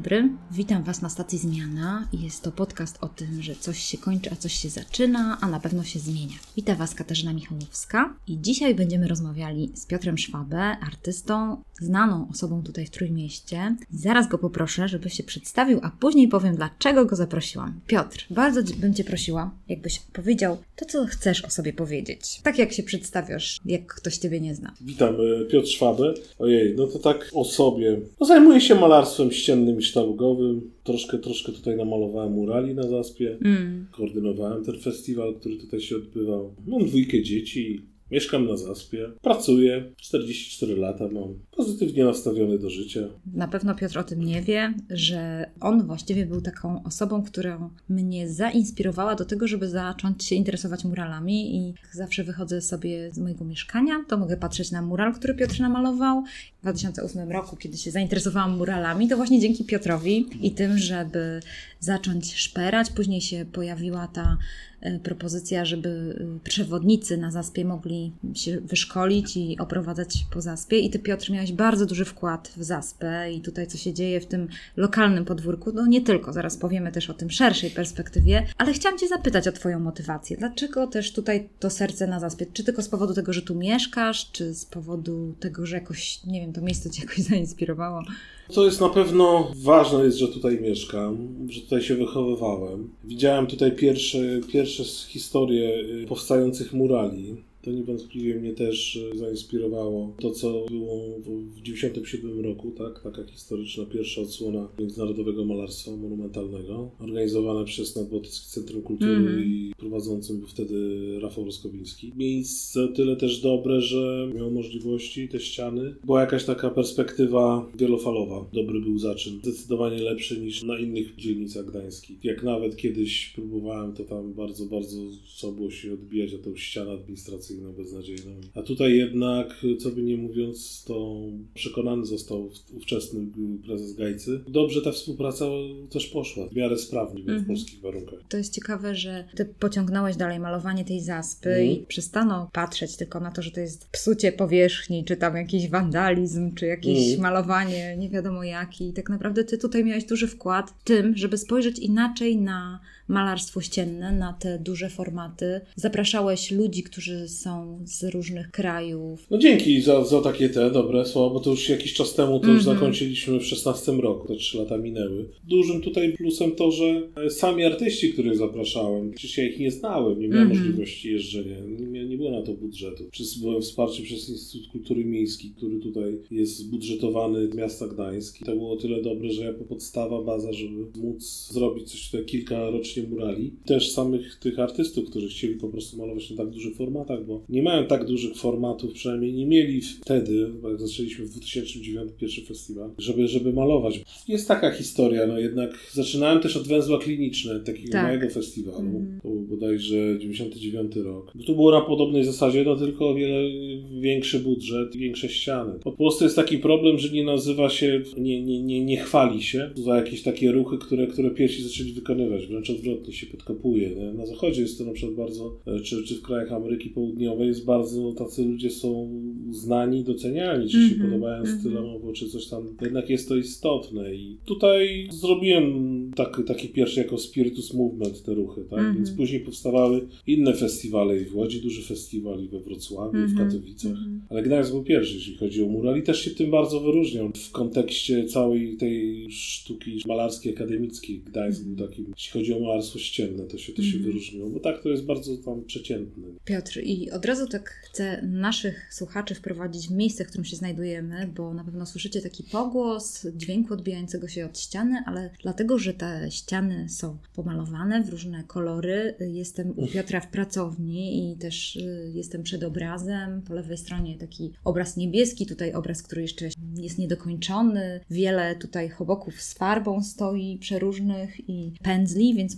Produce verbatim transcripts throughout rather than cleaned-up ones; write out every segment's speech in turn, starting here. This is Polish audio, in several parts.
dobry, witam Was na stacji Zmiana. Jest to podcast o tym, że coś się kończy, a coś się zaczyna, a na pewno się zmienia. Witam Was Katarzyna Michałowska i dzisiaj będziemy rozmawiali z Piotrem Szwabę, artystą, znaną osobą tutaj w Trójmieście. Zaraz go poproszę, żeby się przedstawił, a później powiem, dlaczego go zaprosiłam. Piotr, bardzo bym Cię prosiła, jakbyś powiedział to, co chcesz o sobie powiedzieć. Tak jak się przedstawiasz, jak ktoś Ciebie nie zna. Witam, Piotr Szwabę. Ojej, no to tak o sobie. No, zajmuję się malarstwem ściennym i sztalugowym. Troszkę, troszkę tutaj namalowałem murali na Zaspie. Mm. Koordynowałem ten festiwal, który tutaj się odbywał. Mam dwójkę dzieci. Mieszkam na Zaspie, pracuję, czterdzieści cztery lata mam, pozytywnie nastawiony do życia. Na pewno Piotr o tym nie wie, że on właściwie był taką osobą, która mnie zainspirowała do tego, żeby zacząć się interesować muralami i zawsze wychodzę sobie z mojego mieszkania, to mogę patrzeć na mural, który Piotr namalował. W dwa tysiące ósmym roku, kiedy się zainteresowałam muralami, to właśnie dzięki Piotrowi i tym, żeby zacząć szperać, później się pojawiła ta propozycja, żeby przewodnicy na Zaspie mogli się wyszkolić i oprowadzać po Zaspie. I Ty, Piotr, miałeś bardzo duży wkład w Zaspę i tutaj, co się dzieje w tym lokalnym podwórku, no nie tylko, zaraz powiemy też o tym szerszej perspektywie, ale chciałam Cię zapytać o Twoją motywację. Dlaczego też tutaj to serce na Zaspie? Czy tylko z powodu tego, że tu mieszkasz, czy z powodu tego, że jakoś, nie wiem, to miejsce Cię jakoś zainspirowało? To jest na pewno ważne jest, że tutaj mieszkam, że tutaj się wychowywałem. Widziałem tutaj pierwsze, pierwsze historie powstających murali. To niewątpliwie mnie też zainspirowało to, co było w dziewięćdziesiątym siódmym roku, tak? Taka historyczna pierwsza odsłona Międzynarodowego Malarstwa Monumentalnego, organizowana przez Nadbałtyckie Centrum Kultury mm-hmm. i prowadzącym był wtedy Rafał Roskowiński. Miejsce o tyle też dobre, że miał możliwości, te ściany. Była jakaś taka perspektywa wielofalowa. Dobry był zaczyn. Zdecydowanie lepszy niż na innych dzielnicach gdańskich. Jak nawet kiedyś próbowałem, to tam bardzo, bardzo trzeba było się odbijać o tę ścianę administracyjną beznadziejną. A tutaj jednak, co by nie mówiąc, to przekonany został ówczesny prezes Gajcy. Dobrze ta współpraca też poszła, w miarę sprawnie mm-hmm. w polskich warunkach. To jest ciekawe, że Ty pociągnąłeś dalej malowanie tej Zaspy mm. i przestano patrzeć tylko na to, że to jest psucie powierzchni, czy tam jakiś wandalizm, czy jakieś mm. malowanie, nie wiadomo jaki. I tak naprawdę Ty tutaj miałeś duży wkład w tym, żeby spojrzeć inaczej na malarstwo ścienne, na te duże formaty. Zapraszałeś ludzi, którzy są z różnych krajów. No dzięki za, za takie te dobre słowa, bo to już jakiś czas temu to mm-hmm. już zakończyliśmy w szesnastym roku, te trzy lata minęły. Dużym tutaj plusem to, że sami artyści, których zapraszałem, przecież ja ich nie znałem, nie miałem mm-hmm. możliwości jeżdżenia, nie, nie było na to budżetu. Byłem wsparty przez Instytut Kultury Miejskiej, który tutaj jest budżetowany z miasta Gdańsk. To było o tyle dobre, że jako podstawa, baza, żeby móc zrobić coś tutaj kilka rocznie murali. Też samych tych artystów, którzy chcieli po prostu malować na tak dużych formatach, bo nie mają tak dużych formatów, przynajmniej nie mieli wtedy, bo jak zaczęliśmy w dwa tysiące dziewiątym pierwszy festiwal, żeby, żeby malować. Jest taka historia, no jednak zaczynałem też od węzła kliniczne, takiego tak. małego festiwalu. Mm. To był bodajże dziewięćdziesiąty dziewiąty rok. To było na podobnej zasadzie, no tylko o wiele większy budżet i większe ściany. Po prostu jest taki problem, że nie nazywa się, nie, nie, nie, nie chwali się za jakieś takie ruchy, które, które pierwsi zaczęli wykonywać. Wręcz odwrotnie się podkopuje. Nie? Na zachodzie jest to na przykład bardzo, czy, czy w krajach Ameryki Południowej jest bardzo, tacy ludzie są znani, doceniani, czy się mm-hmm, podobają mm-hmm. stylowo, czy coś tam. Jednak jest to istotne i tutaj zrobiłem tak, taki pierwszy jako Spiritus Movement te ruchy, tak? Mm-hmm. Więc później powstawały inne festiwale i w Łodzi duży festiwal i we Wrocławiu, mm-hmm. w Katowicach. Mm-hmm. Ale Gdańsk był pierwszy, jeśli chodzi o mural i też się tym bardzo wyróżniał. W kontekście całej tej sztuki malarskiej, akademickiej Gdańsk mm-hmm. był takim, jeśli chodzi o malarstwo ścienne, to się, to się mm-hmm. wyróżniło, bo tak to jest bardzo tam przeciętne. Piotr, i od razu tak chcę naszych słuchaczy wprowadzić w miejsce, w którym się znajdujemy, bo na pewno słyszycie taki pogłos dźwięku odbijającego się od ściany, ale dlatego, że te ściany są pomalowane w różne kolory. Jestem u Piotra w pracowni i też jestem przed obrazem. Po lewej stronie taki obraz niebieski, tutaj obraz, który jeszcze jest niedokończony. Wiele tutaj choboków z farbą stoi przeróżnych i pędzli, więc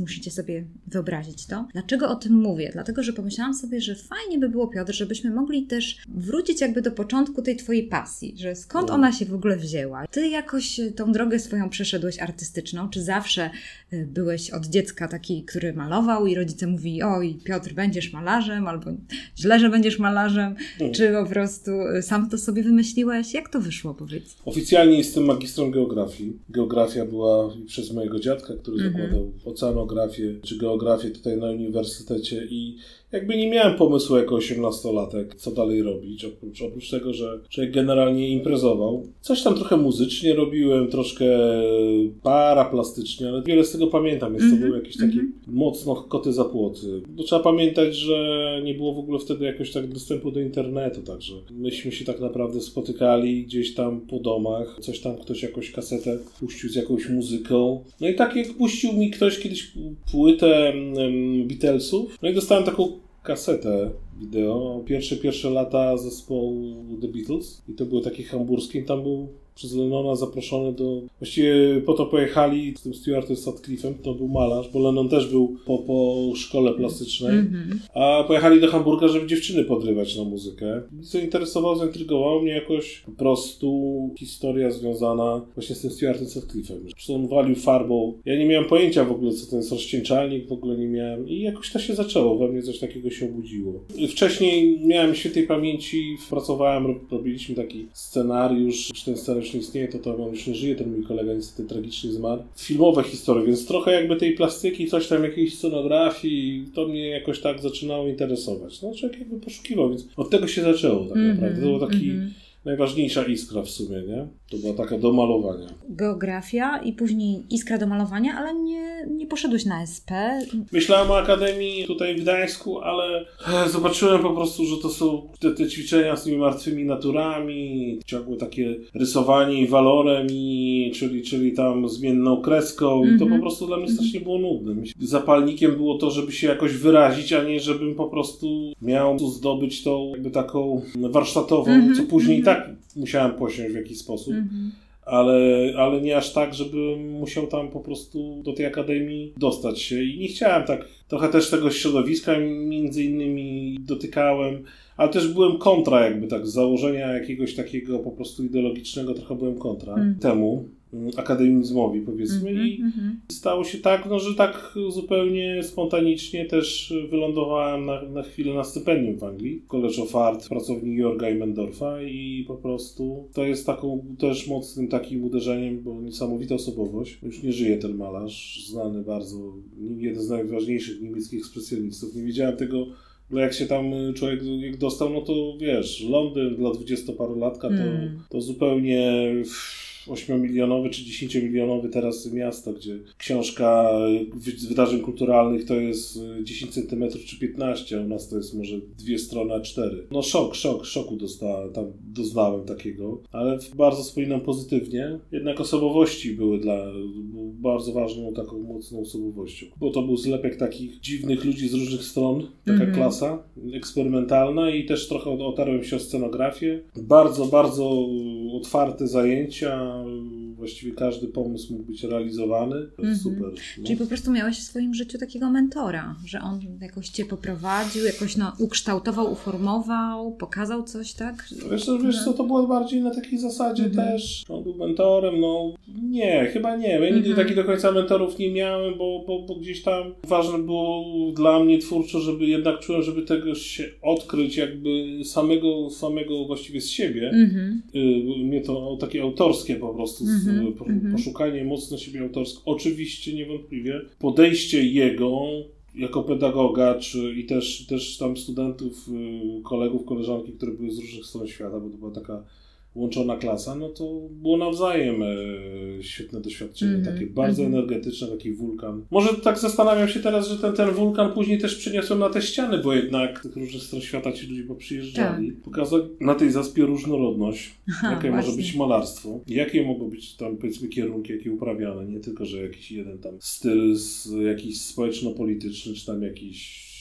musicie sobie wyobrazić to. Dlaczego o tym mówię? Dlatego, że pomyślałam sobie, że fajnie by było, Piotr, żebyśmy mogli też wrócić jakby do początku tej twojej pasji, że skąd ona się w ogóle wzięła. Ty jakoś tą drogę swoją przeszedłeś artystyczną, czy zawsze byłeś od dziecka taki, który malował i rodzice mówili, oj Piotr, będziesz malarzem, albo źle, że będziesz malarzem, mm. czy po prostu sam to sobie wymyśliłeś? Jak to wyszło, powiedz? Oficjalnie jestem magistrem geografii. Geografia była przez mojego dziadka, który mm-hmm. zakładał oceanografię, czy geografię tutaj na uniwersytecie i jakby nie miałem pomysłu jako osiemnastolatek, co dalej robić, oprócz, oprócz tego, że, że generalnie imprezował. Coś tam trochę muzycznie robiłem, troszkę paraplastycznie, ale wiele z tego pamiętam, więc mm-hmm. to były jakieś takie mm-hmm. mocno koty za płoty. No, trzeba pamiętać, że nie było w ogóle wtedy jakoś tak dostępu do internetu, także myśmy się tak naprawdę spotykali gdzieś tam po domach, coś tam ktoś jakąś kasetę puścił z jakąś muzyką. No i tak jak puścił mi ktoś kiedyś płytę um, Beatlesów, no i dostałem taką kasetę wideo, pierwsze, pierwsze lata zespołu The Beatles i to były takie hamburskie, tam był przez Lennona zaproszony do... Właściwie po to pojechali z tym Stuartem Sutcliffe'em, to był malarz, bo Lennon też był po, po szkole plastycznej, mm-hmm. a pojechali do Hamburga, żeby dziewczyny podrywać na muzykę. Zainteresowało, zaintrygowało mnie jakoś po prostu historia związana właśnie z tym Stuartem Sutcliffe'em. Że on walił farbą. Ja nie miałem pojęcia w ogóle, co to jest rozcieńczalnik, w ogóle nie miałem i jakoś to się zaczęło, we mnie coś takiego się obudziło. Wcześniej miałem świętej pamięci, pracowałem, robiliśmy taki scenariusz, czy ten scenariusz nie istnieje, to to on już nie żyje, ten mój kolega niestety tragicznie zmarł. Filmowe historie, więc trochę jakby tej plastyki, coś tam jakiejś scenografii, to mnie jakoś tak zaczynało interesować. No człowiek jakby poszukiwał, więc od tego się zaczęło tak mm-hmm, naprawdę. To był taki mm-hmm. najważniejsza iskra w sumie, nie? To była taka do malowania. Geografia i później iskra do malowania, ale nie, nie poszedłeś na S P. Myślałem o Akademii tutaj w Gdańsku, ale zobaczyłem po prostu, że to są te, te ćwiczenia z tymi martwymi naturami, ciągłe takie rysowanie i walorem, i, czyli, czyli tam zmienną kreską mm-hmm. i to po prostu dla mnie strasznie było nudne. Zapalnikiem było to, żeby się jakoś wyrazić, a nie żebym po prostu miał zdobyć tą jakby taką warsztatową, mm-hmm. co później mm-hmm. tak musiałem posiąść w jakiś sposób, mm-hmm. ale, ale nie aż tak, żebym musiał tam po prostu do tej akademii dostać się i nie chciałem tak, trochę też tego środowiska między innymi dotykałem, ale też byłem kontra jakby tak, z założenia jakiegoś takiego po prostu ideologicznego, trochę byłem kontra mm. temu akademizmowi powiedzmy mm-hmm, i mm-hmm. stało się tak, no, że tak zupełnie spontanicznie też wylądowałem na, na chwilę na stypendium w Anglii, College of Art, pracowni Georga Imendorfa i po prostu to jest taką też mocnym takim uderzeniem, bo niesamowita osobowość, już nie żyje ten malarz, znany bardzo, jeden z najważniejszych niemieckich ekspresjonistów, nie wiedziałem tego. No jak się tam człowiek jak dostał, no to wiesz, Londyn dla dwudziestoparolatka to, mm. to zupełnie ośmiomilionowy czy dziesięciomilionowy teraz miasto, gdzie książka z wydarzeń kulturalnych to jest dziesięć centymetrów czy piętnaście, a u nas to jest może dwie strony a cztery. No szok, szok, szoku dostałem, tam doznałem takiego, ale bardzo wspominam pozytywnie. Jednak osobowości były dla, bardzo ważną taką mocną osobowością, bo to był zlepek takich dziwnych ludzi z różnych stron, taka mm-hmm. klasa eksperymentalna i też trochę otarłem się o scenografię. Bardzo, bardzo otwarte zajęcia, właściwie każdy pomysł mógł być realizowany. To jest mm-hmm. super. No. Czyli po prostu miałeś w swoim życiu takiego mentora, że on jakoś cię poprowadził, jakoś no, ukształtował, uformował, pokazał coś, tak? Wiesz, wiesz co, to było bardziej na takiej zasadzie mm-hmm. też. On był mentorem, no nie, chyba nie. Ja nigdy mm-hmm. takich do końca mentorów nie miałem, bo, bo, bo gdzieś tam ważne było dla mnie twórczo, żeby jednak czułem, żeby tego się odkryć jakby samego, samego właściwie z siebie. Mm-hmm. Y, mnie to takie autorskie po prostu, mm-hmm. po, poszukanie mocno siebie autorskiego. Oczywiście, niewątpliwie, podejście jego jako pedagoga, czy i też, też tam studentów, kolegów, koleżanki, które były z różnych stron świata, bo to była taka łączona klasa, no to było nawzajem e, świetne doświadczenie, mm-hmm. takie bardzo mm-hmm. energetyczne, taki wulkan. Może tak zastanawiam się teraz, że ten, ten wulkan później też przyniosłem na te ściany, bo jednak z tych różnych stron świata ci ludzie poprzyjeżdżali. Tak. Pokazać na tej zaspie różnorodność, Aha, jakie właśnie. może być malarstwo, jakie mogą być tam powiedzmy kierunki, jakie uprawiane, nie tylko, że jakiś jeden tam styl z, jakiś społeczno-polityczny, czy tam jakiś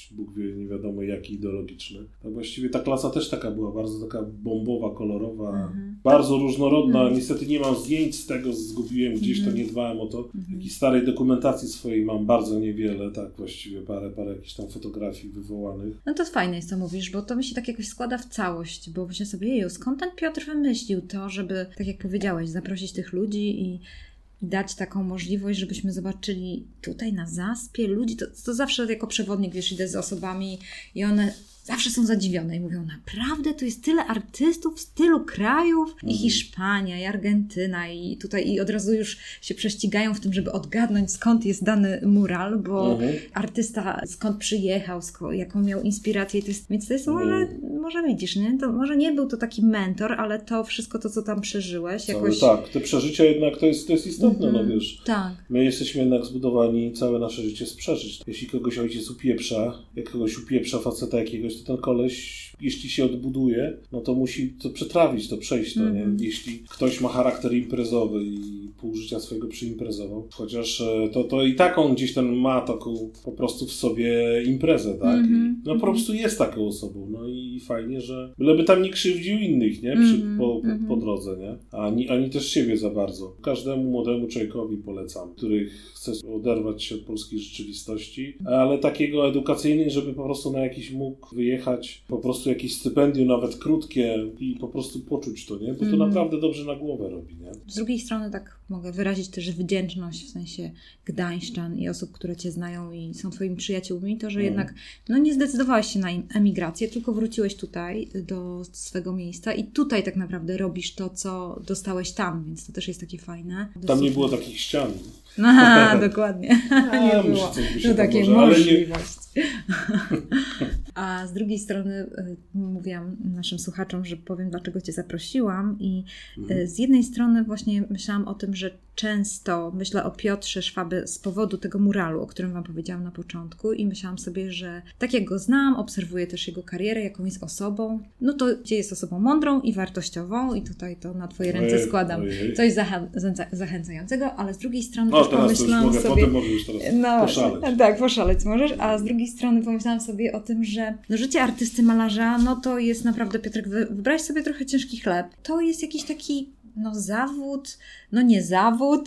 jakiś, Bóg wie, nie wiadomo jaki ideologiczny. Tak właściwie ta klasa też taka była, bardzo taka bombowa, kolorowa, mhm. bardzo różnorodna. Mhm. Niestety nie mam zdjęć z tego, zgubiłem gdzieś, mhm. to nie dbałem o to. Mhm. Jakiej starej dokumentacji swojej mam bardzo niewiele, tak właściwie parę, parę jakichś tam fotografii wywołanych. No to fajne jest, co mówisz, bo to mi się tak jakoś składa w całość, bo myślę sobie, jeju, skąd ten Piotr wymyślił to, żeby, tak jak powiedziałeś, zaprosić tych ludzi i i dać taką możliwość, żebyśmy zobaczyli tutaj na Zaspie ludzi, to, to zawsze jako przewodnik, wiesz, idę z osobami i one zawsze są zadziwione i mówią, naprawdę tu jest tyle artystów z tylu krajów mhm. i Hiszpania, i Argentyna i tutaj i od razu już się prześcigają w tym, żeby odgadnąć skąd jest dany mural, bo mhm. artysta skąd przyjechał, skąd, jaką miał inspirację, to jest, więc to jest mhm. może, może widzisz, nie? To może nie był to taki mentor, ale to wszystko to, co tam przeżyłeś jakoś... Cały, tak, te przeżycia jednak to jest, to jest istotne, mhm. no wiesz. Tak. My jesteśmy jednak zbudowani całe nasze życie z przeżyć. Jeśli kogoś ojciec upieprza, jak kogoś upieprza faceta jakiegoś, to ten koleś, jeśli się odbuduje, no to musi to przetrawić, to przejść to, mm. nie? Jeśli ktoś ma charakter imprezowy i pół życia swojego przyimprezował, chociaż to, to i tak on gdzieś tam ma taką po prostu w sobie imprezę, tak? Mm-hmm. I no po prostu jest taką osobą, no i fajnie, że byleby tam nie krzywdził innych, nie? Przy, mm-hmm. po, po, po drodze, nie? Ani, ani też siebie za bardzo. Każdemu młodemu człowiekowi polecam, który chce oderwać się od polskiej rzeczywistości, ale takiego edukacyjnej, żeby po prostu na jakiś mógł wyjechać, po prostu jakieś stypendium, nawet krótkie i po prostu poczuć to, nie? Bo to mm. naprawdę dobrze na głowę robi, nie? Z drugiej strony tak mogę wyrazić też wdzięczność w sensie gdańszczan i osób, które Cię znają i są Twoimi przyjaciółmi, to, że mm. jednak no nie zdecydowałeś się na emigrację, tylko wróciłeś tutaj do swego miejsca i tutaj tak naprawdę robisz to, co dostałeś tam, więc to też jest takie fajne. Tam nie było takich ścian. Aha, dokładnie. A, nie było. To takie możliwość. Nie... A z drugiej strony mówiłam naszym słuchaczom, że powiem, dlaczego Cię zaprosiłam i mhm. z jednej strony właśnie myślałam o tym, że często myślę o Piotrze Szwabie z powodu tego muralu, o którym Wam powiedziałam na początku i myślałam sobie, że tak jak go znam, obserwuję też jego karierę, jaką jest osobą, no to gdzie jest osobą mądrą i wartościową i tutaj to na Twoje ręce ojej, składam ojej. coś zacha- zachęcającego, ale z drugiej strony no, też pomyślałam mogę, sobie... Potem możesz teraz no, poszaleć. Tak, poszaleć możesz, a z drugiej strony pomyślałam sobie o tym, że no, życie artysty, malarza, no to jest naprawdę, Piotrek, wybrałeś sobie trochę ciężki chleb. To jest jakiś taki no zawód, no nie zawód,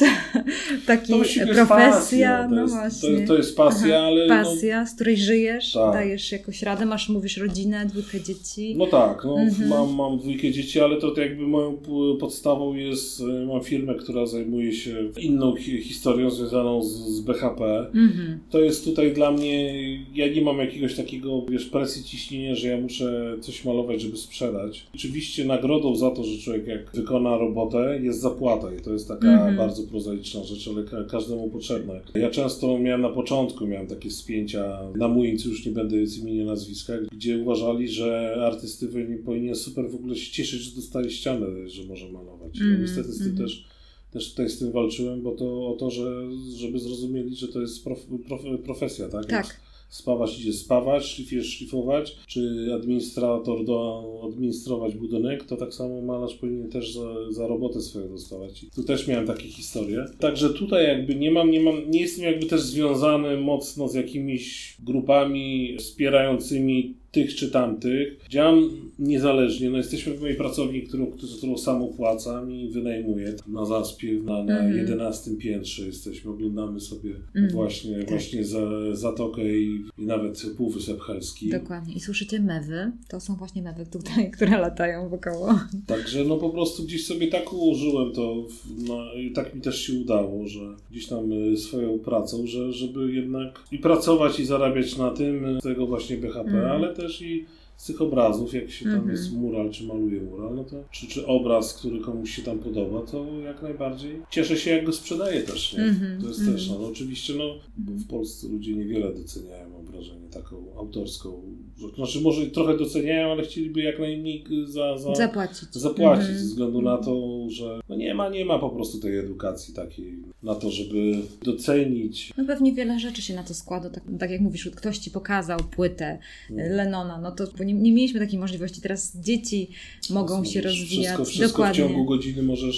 taki profesja, pasja, no jest, właśnie. To jest, to jest pasja, Aha, ale... Pasja, no, z której żyjesz, tak. dajesz jakoś radę, masz, mówisz, rodzinę, dwójkę dzieci. No tak, no, mhm. mam, mam dwójkę dzieci, ale to, to jakby moją podstawą jest, mam firmę, która zajmuje się inną hi- historią związaną z, z B H P. Mhm. To jest tutaj dla mnie, ja nie mam jakiegoś takiego, wiesz, presji, ciśnienia, że ja muszę coś malować, żeby sprzedać. Oczywiście nagrodą za to, że człowiek jak wykona robotę, jest zapłata i to jest taka mm-hmm. bardzo prozaiczna rzecz, ale ka- każdemu potrzebna. Ja często miałem na początku, miałem takie spięcia na Młyńcu, już nie będę z imienia nazwiska, gdzie uważali, że artysty powinien super w ogóle się cieszyć, że dostaje ścianę, że może malować. Mm-hmm. Ja niestety z tym mm-hmm. też, też tutaj z tym walczyłem, bo to o to, że, żeby zrozumieli, że to jest prof, prof, profesja, tak? Tak. Więc spawać idzie spawać, szlifierz szlifować, czy administrator do administrować budynek, to tak samo malarz powinien też za, za robotę swoją dostawać. I tu też miałem takie historie. Także tutaj jakby nie mam, nie mam, nie jestem jakby też związany mocno z jakimiś grupami wspierającymi tych czy tamtych. Działam niezależnie. No jesteśmy w mojej pracowni, którą, którą sam opłacam i wynajmuję na Zaspie, na, na mm-hmm. jedenastym piętrze jesteśmy. Oglądamy sobie mm-hmm. właśnie, tak. właśnie za, Zatokę i, i nawet Półwysep Helski. Dokładnie. I słyszycie mewy. To są właśnie mewy tutaj, które latają wokoło. Także no po prostu gdzieś sobie tak ułożyłem to, no, i tak mi też się udało, że gdzieś tam swoją pracą, że, żeby jednak i pracować i zarabiać na tym, z tego właśnie B H P, mm. ale też i z tych obrazów, jak się tam mm-hmm. jest mural, czy maluje mural, no to, czy, czy obraz, który komuś się tam podoba, to jak najbardziej cieszę się, jak go sprzedaję też, nie? Mm-hmm. To jest mm-hmm. też, no, no oczywiście, no, bo w Polsce ludzie niewiele doceniają, mam wrażenie, taką autorską rzecz. Znaczy, może trochę doceniają, ale chcieliby jak najmniej za, za, zapłacić, zapłacić mm-hmm. ze względu na mm-hmm. to, że no nie ma, nie ma po prostu tej edukacji takiej na to, żeby docenić. No pewnie wiele rzeczy się na to składa, tak, tak jak mówisz, ktoś ci pokazał płytę mm. Lennona, no to nie, nie mieliśmy takiej możliwości. Teraz dzieci mogą się rozwijać. Wszystko, wszystko w ciągu godziny możesz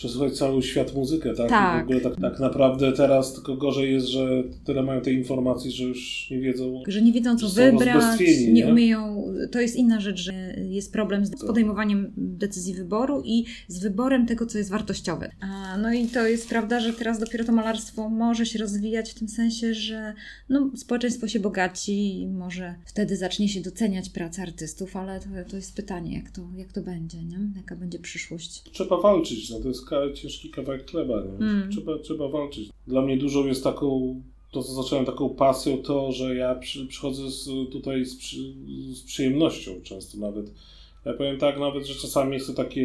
przesłuchać cały świat muzykę, tak? Tak. I w ogóle tak, tak naprawdę teraz tylko gorzej jest, że tyle mają tej informacji, że już nie wiedzą. Że nie wiedzą, co wybrać, nie, nie umieją. To jest inna rzecz, że jest problem z podejmowaniem decyzji wyboru i z wyborem tego, co jest wartościowe. A, no i to jest prawda, że teraz dopiero to malarstwo może się rozwijać w tym sensie, że no, społeczeństwo się bogaci i może wtedy zacznie się doceniać pracę artystów, ale to, to jest pytanie, jak to, jak to będzie, nie? Jaka będzie przyszłość. Trzeba walczyć, no to jest ka- ciężki kawałek chleba, nie? Mm. Trzeba, trzeba walczyć. Dla mnie dużo jest taką, to co zacząłem taką pasją, to, że ja przy, przychodzę z, tutaj z, przy, z przyjemnością często nawet. Ja powiem tak nawet, że czasami jest to takie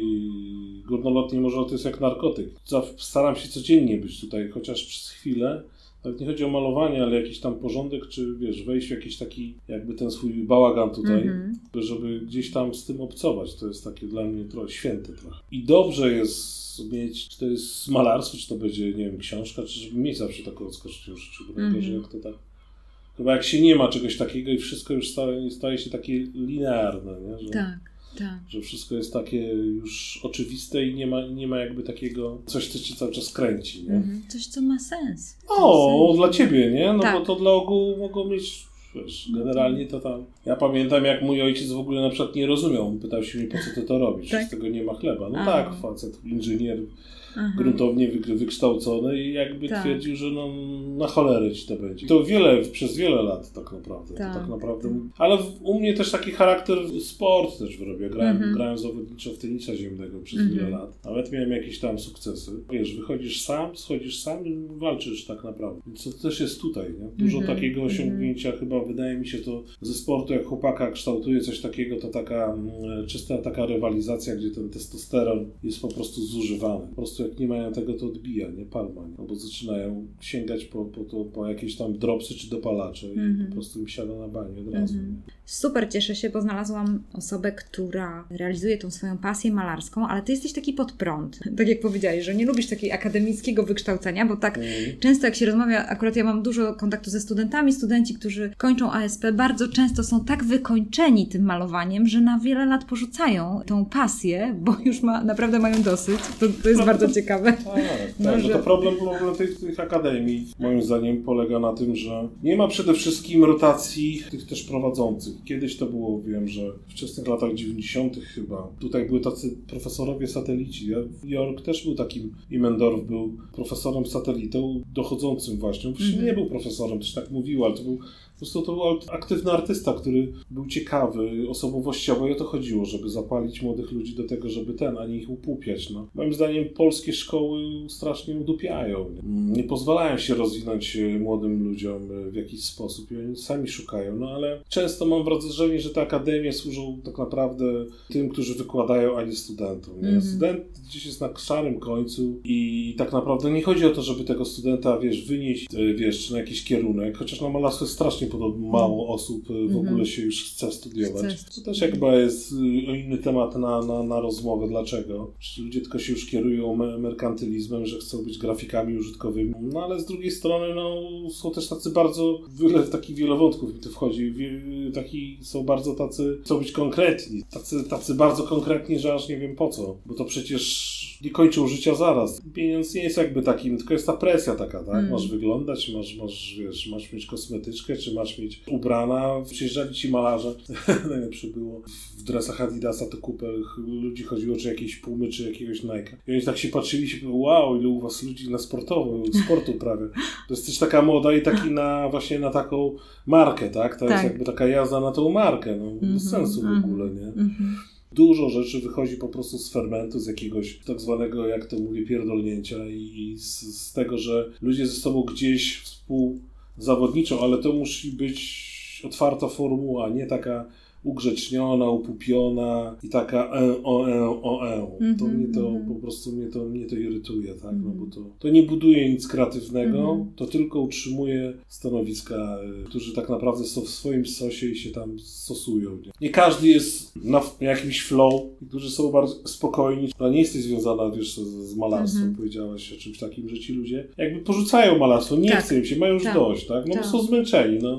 górnolotnie, może to jest jak narkotyk. Staram się codziennie być tutaj, chociaż przez chwilę. Nawet nie chodzi o malowanie, ale jakiś tam porządek, czy wiesz, wejść w jakiś taki jakby ten swój bałagan tutaj, mm-hmm. żeby gdzieś tam z tym obcować. To jest takie dla mnie trochę święte trochę. I dobrze jest mieć, czy to jest malarstwo, czy to będzie, nie wiem, książka, czy żeby mieć zawsze taką odskocznię w życiu, bo najgorzej mm-hmm. jak to tak. Chyba jak się nie ma czegoś takiego i wszystko już staje, staje się takie linearne, nie? Że, tak, tak. Że wszystko jest takie już oczywiste i nie ma, nie ma jakby takiego coś, co cię cały czas kręci, nie? Mhm. Coś, co ma sens. O, dla ciebie, nie? No tak. bo to dla ogółu mogą mieć, wiesz, generalnie to tam. Ja pamiętam, jak mój ojciec w ogóle na przykład nie rozumiał, pytał się mnie, po co ty to robisz, tak? Z tego nie ma chleba. No Aha. tak, facet, inżynier, Aha. gruntownie wykształcony i jakby tak. twierdził, że no na cholerę ci to będzie. I to wiele, przez wiele lat tak naprawdę. Tak, to tak naprawdę. Ale w, u mnie też taki charakter sport też wyrobię. Grałem, mhm. grałem zawodniczo w tenisa ziemnego przez mhm. wiele lat. Nawet miałem jakieś tam sukcesy. Wiesz, wychodzisz sam, schodzisz sam i walczysz tak naprawdę. Więc to też jest tutaj, nie? Dużo mhm. takiego osiągnięcia mhm. chyba wydaje mi się to ze sportu, jak chłopaka kształtuje coś takiego, to taka mm, czysta taka rywalizacja, gdzie ten testosteron jest po prostu zużywany. Po prostu jak nie mają tego, to odbija, nie? Palma, nie? Albo zaczynają sięgać po, po, to, po jakieś tam dropsy czy dopalacze i mm-hmm. po prostu im siada na banie od razu. Mm-hmm. Super, cieszę się, bo znalazłam osobę, która realizuje tą swoją pasję malarską, ale ty jesteś taki pod prąd. Tak jak powiedziałeś, że nie lubisz takiego akademickiego wykształcenia, bo tak mm. często jak się rozmawia, akurat ja mam dużo kontaktu ze studentami, studenci, którzy kończą A S P, bardzo często są tak wykończeni tym malowaniem, że na wiele lat porzucają tą pasję, bo już ma, naprawdę mają dosyć. To, to jest no, bardzo to, ciekawe. Tak, no, tak, że... to problem, problem tych, tych akademii moim zdaniem polega na tym, że nie ma przede wszystkim rotacji tych też prowadzących. Kiedyś to było, wiem, że w wczesnych latach dziewięćdziesiątych chyba. Tutaj były tacy profesorowie satelici. Ja, Jork też był takim, Imendorf był profesorem satelitą dochodzącym właśnie. Właściwie mm-hmm. nie był profesorem, też tak mówił, ale to był po prostu to był aktywny artysta, który był ciekawy osobowościowo i o to chodziło, żeby zapalić młodych ludzi do tego, żeby ten, a nie ich upłupiać. No. Moim zdaniem polskie szkoły strasznie udupiają. Nie? nie pozwalają się rozwinąć młodym ludziom w jakiś sposób i oni sami szukają. No ale często mam wrażenie, że te akademie służą tak naprawdę tym, którzy wykładają, a nie studentom. Nie? Mm-hmm. Student gdzieś jest na szarym końcu i tak naprawdę nie chodzi o to, żeby tego studenta, wiesz, wynieść, wiesz, czy na jakiś kierunek, chociaż na malarstwo jest strasznie podobno mało osób w mm-hmm. ogóle się już chce studiować. Chce. To też jakby jest inny temat na, na, na rozmowę. Dlaczego? Czy ludzie tylko się już kierują merkantylizmem, że chcą być grafikami użytkowymi. No ale z drugiej strony no, są też tacy bardzo, wiele takich wielowątków mi tu wchodzi, taki, są bardzo tacy, chcą być konkretni. Tacy, tacy bardzo konkretni, że aż nie wiem po co. Bo to przecież nie kończą życia zaraz. Pieniądz nie jest jakby takim, tylko jest ta presja taka, tak? Mm. Masz wyglądać, masz, masz, wiesz, masz mieć kosmetyczkę, czy masz mieć ubrana. Przyjeżdżali ci malarze. Najlepsze było. W dresach Adidasa to kupę ludzi chodziło, czy jakieś Pumy, czy jakiegoś Nike. I oni tak się patrzyli i się powiedzieli, wow, ile u was ludzi na sportowo, sportu prawie. To jest też taka moda i taki na właśnie na taką markę, tak? To tak. jest jakby taka jazda na tą markę. No, mm-hmm, bez sensu mm-hmm, w ogóle, nie? Mm-hmm. Dużo rzeczy wychodzi po prostu z fermentu, z jakiegoś tak zwanego, jak to mówię, pierdolnięcia i, i z, z tego, że ludzie ze sobą gdzieś współzawodniczą, ale to musi być otwarta formuła, nie taka ugrzeczniona, upupiona i taka e, o, e, o, e. Mm-hmm, to mnie to mm-hmm. po prostu mnie to, mnie to irytuje, tak? Mm-hmm. No bo to, to nie buduje nic kreatywnego, mm-hmm. to tylko utrzymuje stanowiska, którzy tak naprawdę są w swoim sosie i się tam stosują. Nie, nie każdy jest na jakimś flow, którzy są bardzo spokojni. To nie jesteś związana, wiesz, z, z malarstwem, mm-hmm. powiedziałaś o czymś takim, że ci ludzie jakby porzucają malarstwo, nie tak. chce im się, mają już tak. dość, tak? No tak. bo są zmęczeni, no. Mm-hmm.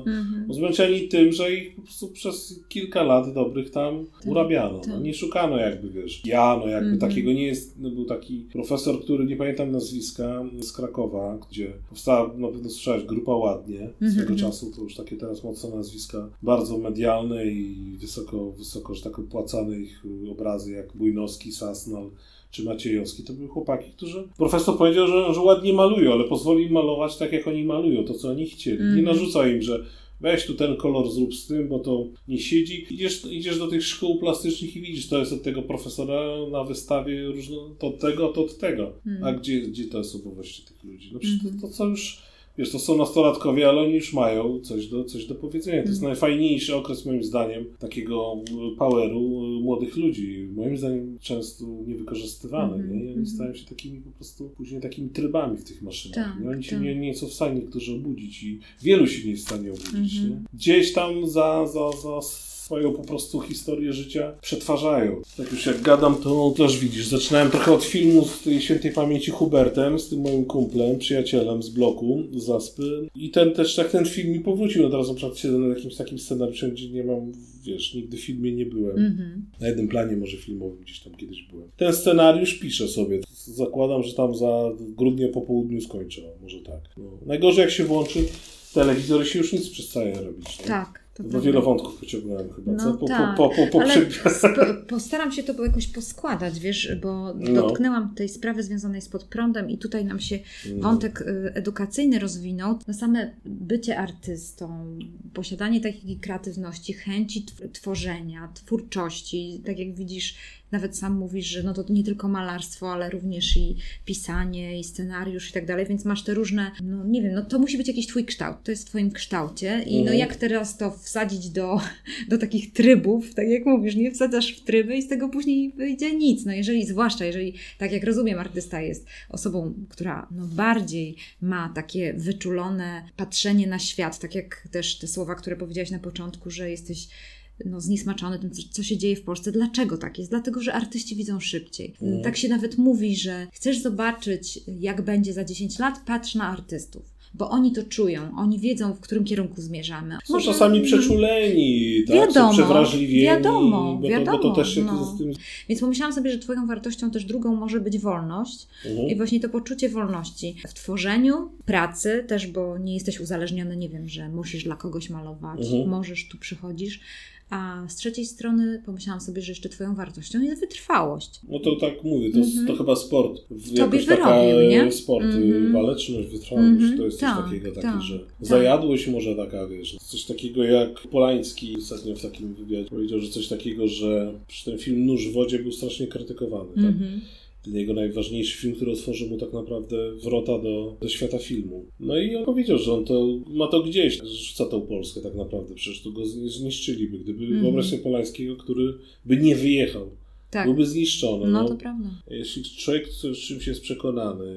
Mm-hmm. Zmęczeni tym, że ich po prostu przez kilka lat dobrych tam tak, urabiano. Tak. No, nie szukano jakby, wiesz, ja, no jakby mm-hmm. takiego nie jest, no, był taki profesor, który, nie pamiętam nazwiska, z Krakowa, gdzie powstała, na pewno słyszałeś, Grupa Ładnie mm-hmm. swego czasu, to już takie teraz mocne nazwiska, bardzo medialne i wysoko, wysoko, że tak opłacane ich obrazy, jak Bujnowski, Sasnal czy Maciejowski, to były chłopaki, którzy... Profesor powiedział, że, że ładnie malują, ale pozwoli im malować tak, jak oni malują, to co oni chcieli. Mm. Nie narzuca im, że weź tu ten kolor zrób z tym, bo to nie siedzi. Idziesz, idziesz do tych szkół plastycznych i widzisz, to jest od tego profesora na wystawie różno, to od tego, to od tego. Mm. A gdzie, gdzie te osobowości tych ludzi? No przecież mm. to, to co już... Wiesz, to są nastolatkowie, ale oni już mają coś do, coś do powiedzenia. To jest mm. najfajniejszy okres, moim zdaniem, takiego poweru młodych ludzi. Moim zdaniem często niewykorzystywany. Mm-hmm. Nie? I oni mm-hmm. stają się takimi po prostu później takimi trybami w tych maszynach. Tak, oni się tak. nie, nie są w stanie niektórzy obudzić i wielu się nie jest w stanie obudzić. Mm-hmm. Nie? Gdzieś tam za, za, za swoją po prostu historię życia przetwarzają. Tak już jak gadam, to też widzisz. Zaczynałem trochę od filmu z tej świętej pamięci Hubertem, z tym moim kumplem, przyjacielem z bloku, z Zaspy. I ten też, jak ten film mi powrócił, no teraz na przykład siedzę nad jakimś takim scenariuszem, gdzie nie mam, wiesz, nigdy w filmie nie byłem. Mm-hmm. Na jednym planie może filmowym gdzieś tam kiedyś byłem. Ten scenariusz piszę sobie. Zakładam, że tam za grudnia po południu skończę. Może tak. No. Najgorzej jak się włączy telewizor i się już nic przestaje robić. No? Tak. Bo wiele wątków pociągnąłem chyba, no co? Po, tak. po, po, po, po Ale przy... sp- postaram się to jakoś poskładać, wiesz, bo no. dotknęłam tej sprawy związanej z Podprądem i tutaj nam się no. wątek edukacyjny rozwinął. No same bycie artystą, posiadanie takiej kreatywności, chęci tworzenia, twórczości, tak jak widzisz, nawet sam mówisz, że no to nie tylko malarstwo, ale również i pisanie, i scenariusz i tak dalej, więc masz te różne, no nie wiem, no to musi być jakiś twój kształt, to jest w twoim kształcie i mm. no jak teraz to wsadzić do, do takich trybów, tak jak mówisz, nie wsadzasz w tryby i z tego później wyjdzie nic, no jeżeli, zwłaszcza jeżeli, tak jak rozumiem, artysta jest osobą, która no bardziej ma takie wyczulone patrzenie na świat, tak jak też te słowa, które powiedziałaś na początku, że jesteś no, zniesmaczony tym, co, co się dzieje w Polsce. Dlaczego tak jest? Dlatego, że artyści widzą szybciej. Mm. Tak się nawet mówi, że chcesz zobaczyć, jak będzie za dziesięć lat, patrz na artystów. Bo oni to czują, oni wiedzą, w którym kierunku zmierzamy. Są Może, czasami przeczuleni, tak? Wiadomo, są przewrażliwieni. Wiadomo, bo wiadomo. To, bo to też się no. z tym... Więc pomyślałam sobie, że twoją wartością też drugą może być wolność mhm. i właśnie to poczucie wolności w tworzeniu, pracy też, bo nie jesteś uzależniony, nie wiem, że musisz dla kogoś malować, mhm. możesz, tu przychodzisz. A z trzeciej strony pomyślałam sobie, że jeszcze twoją wartością jest wytrwałość. No to tak mówię, to, mm-hmm. to chyba sport. Tobie wyrobił, nie? Sport, mm-hmm. waleczność, wytrwałość, mm-hmm. to jest coś tak, takiego, takie, tak, że tak. zajadłość może taka, wiesz, coś takiego jak Polański ostatnio w takim wywiadzie powiedział, że coś takiego, że ten film Nóż w wodzie był strasznie krytykowany, tak? Mm-hmm. Ten jego najważniejszy film, który otworzył mu tak naprawdę wrota do, do świata filmu. No i on powiedział, że on to ma to gdzieś, rzuca tą Polskę tak naprawdę, przecież to go zniszczyliby. Gdyby mm. wyobraź sobie Polańskiego, który by nie wyjechał, tak. byłby zniszczony. No, no to prawda. Jeśli człowiek z czymś jest przekonany,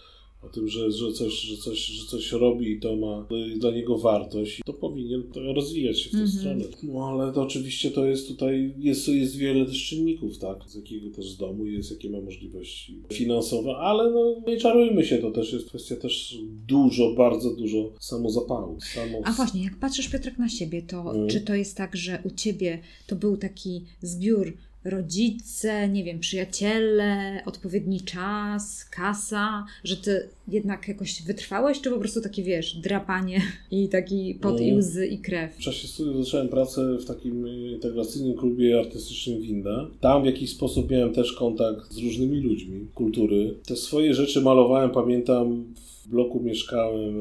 o tym, że, że, coś, że, coś, że coś robi i to ma dla niego wartość, to powinien to rozwijać się w tę mm-hmm. stronę. No ale to oczywiście to jest tutaj, jest, jest wiele też czynników, tak, z jakiego też z domu jest, jakie ma możliwości finansowe, ale no nie czarujmy się, to też jest kwestia też dużo, bardzo dużo samozapału. Samo... A właśnie, jak patrzysz, Piotrek, na siebie, to mm. czy to jest tak, że u Ciebie to był taki zbiór rodzice, nie wiem, przyjaciele, odpowiedni czas, kasa, że ty jednak jakoś wytrwałeś, czy po prostu takie, wiesz, drapanie i taki pot no, i łzy i krew? W czasie studiów zacząłem pracę w takim integracyjnym klubie artystycznym Winda. Tam w jakiś sposób miałem też kontakt z różnymi ludźmi, kultury. Te swoje rzeczy malowałem, pamiętam, w bloku mieszkałem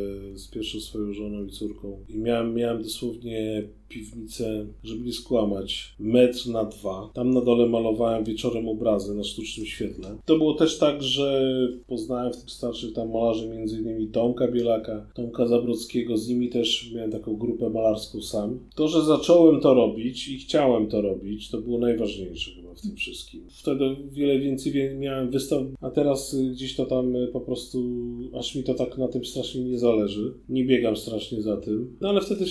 z pierwszą swoją żoną i córką i miałem, miałem dosłownie piwnicę, żeby nie skłamać, metr na dwa. Tam na dole malowałem wieczorem obrazy na sztucznym świetle. To było też tak, że poznałem w tych starszych tam malarzy między innymi Tomka Bielaka, Tomka Zabrodzkiego, z nimi też miałem taką grupę malarską sam. To, że zacząłem to robić i chciałem to robić, to było najważniejsze chyba w tym wszystkim. Wtedy wiele więcej miałem wystaw, a teraz gdzieś to tam po prostu, aż mi to tak na tym strasznie nie zależy. Nie biegam strasznie za tym. No ale wtedy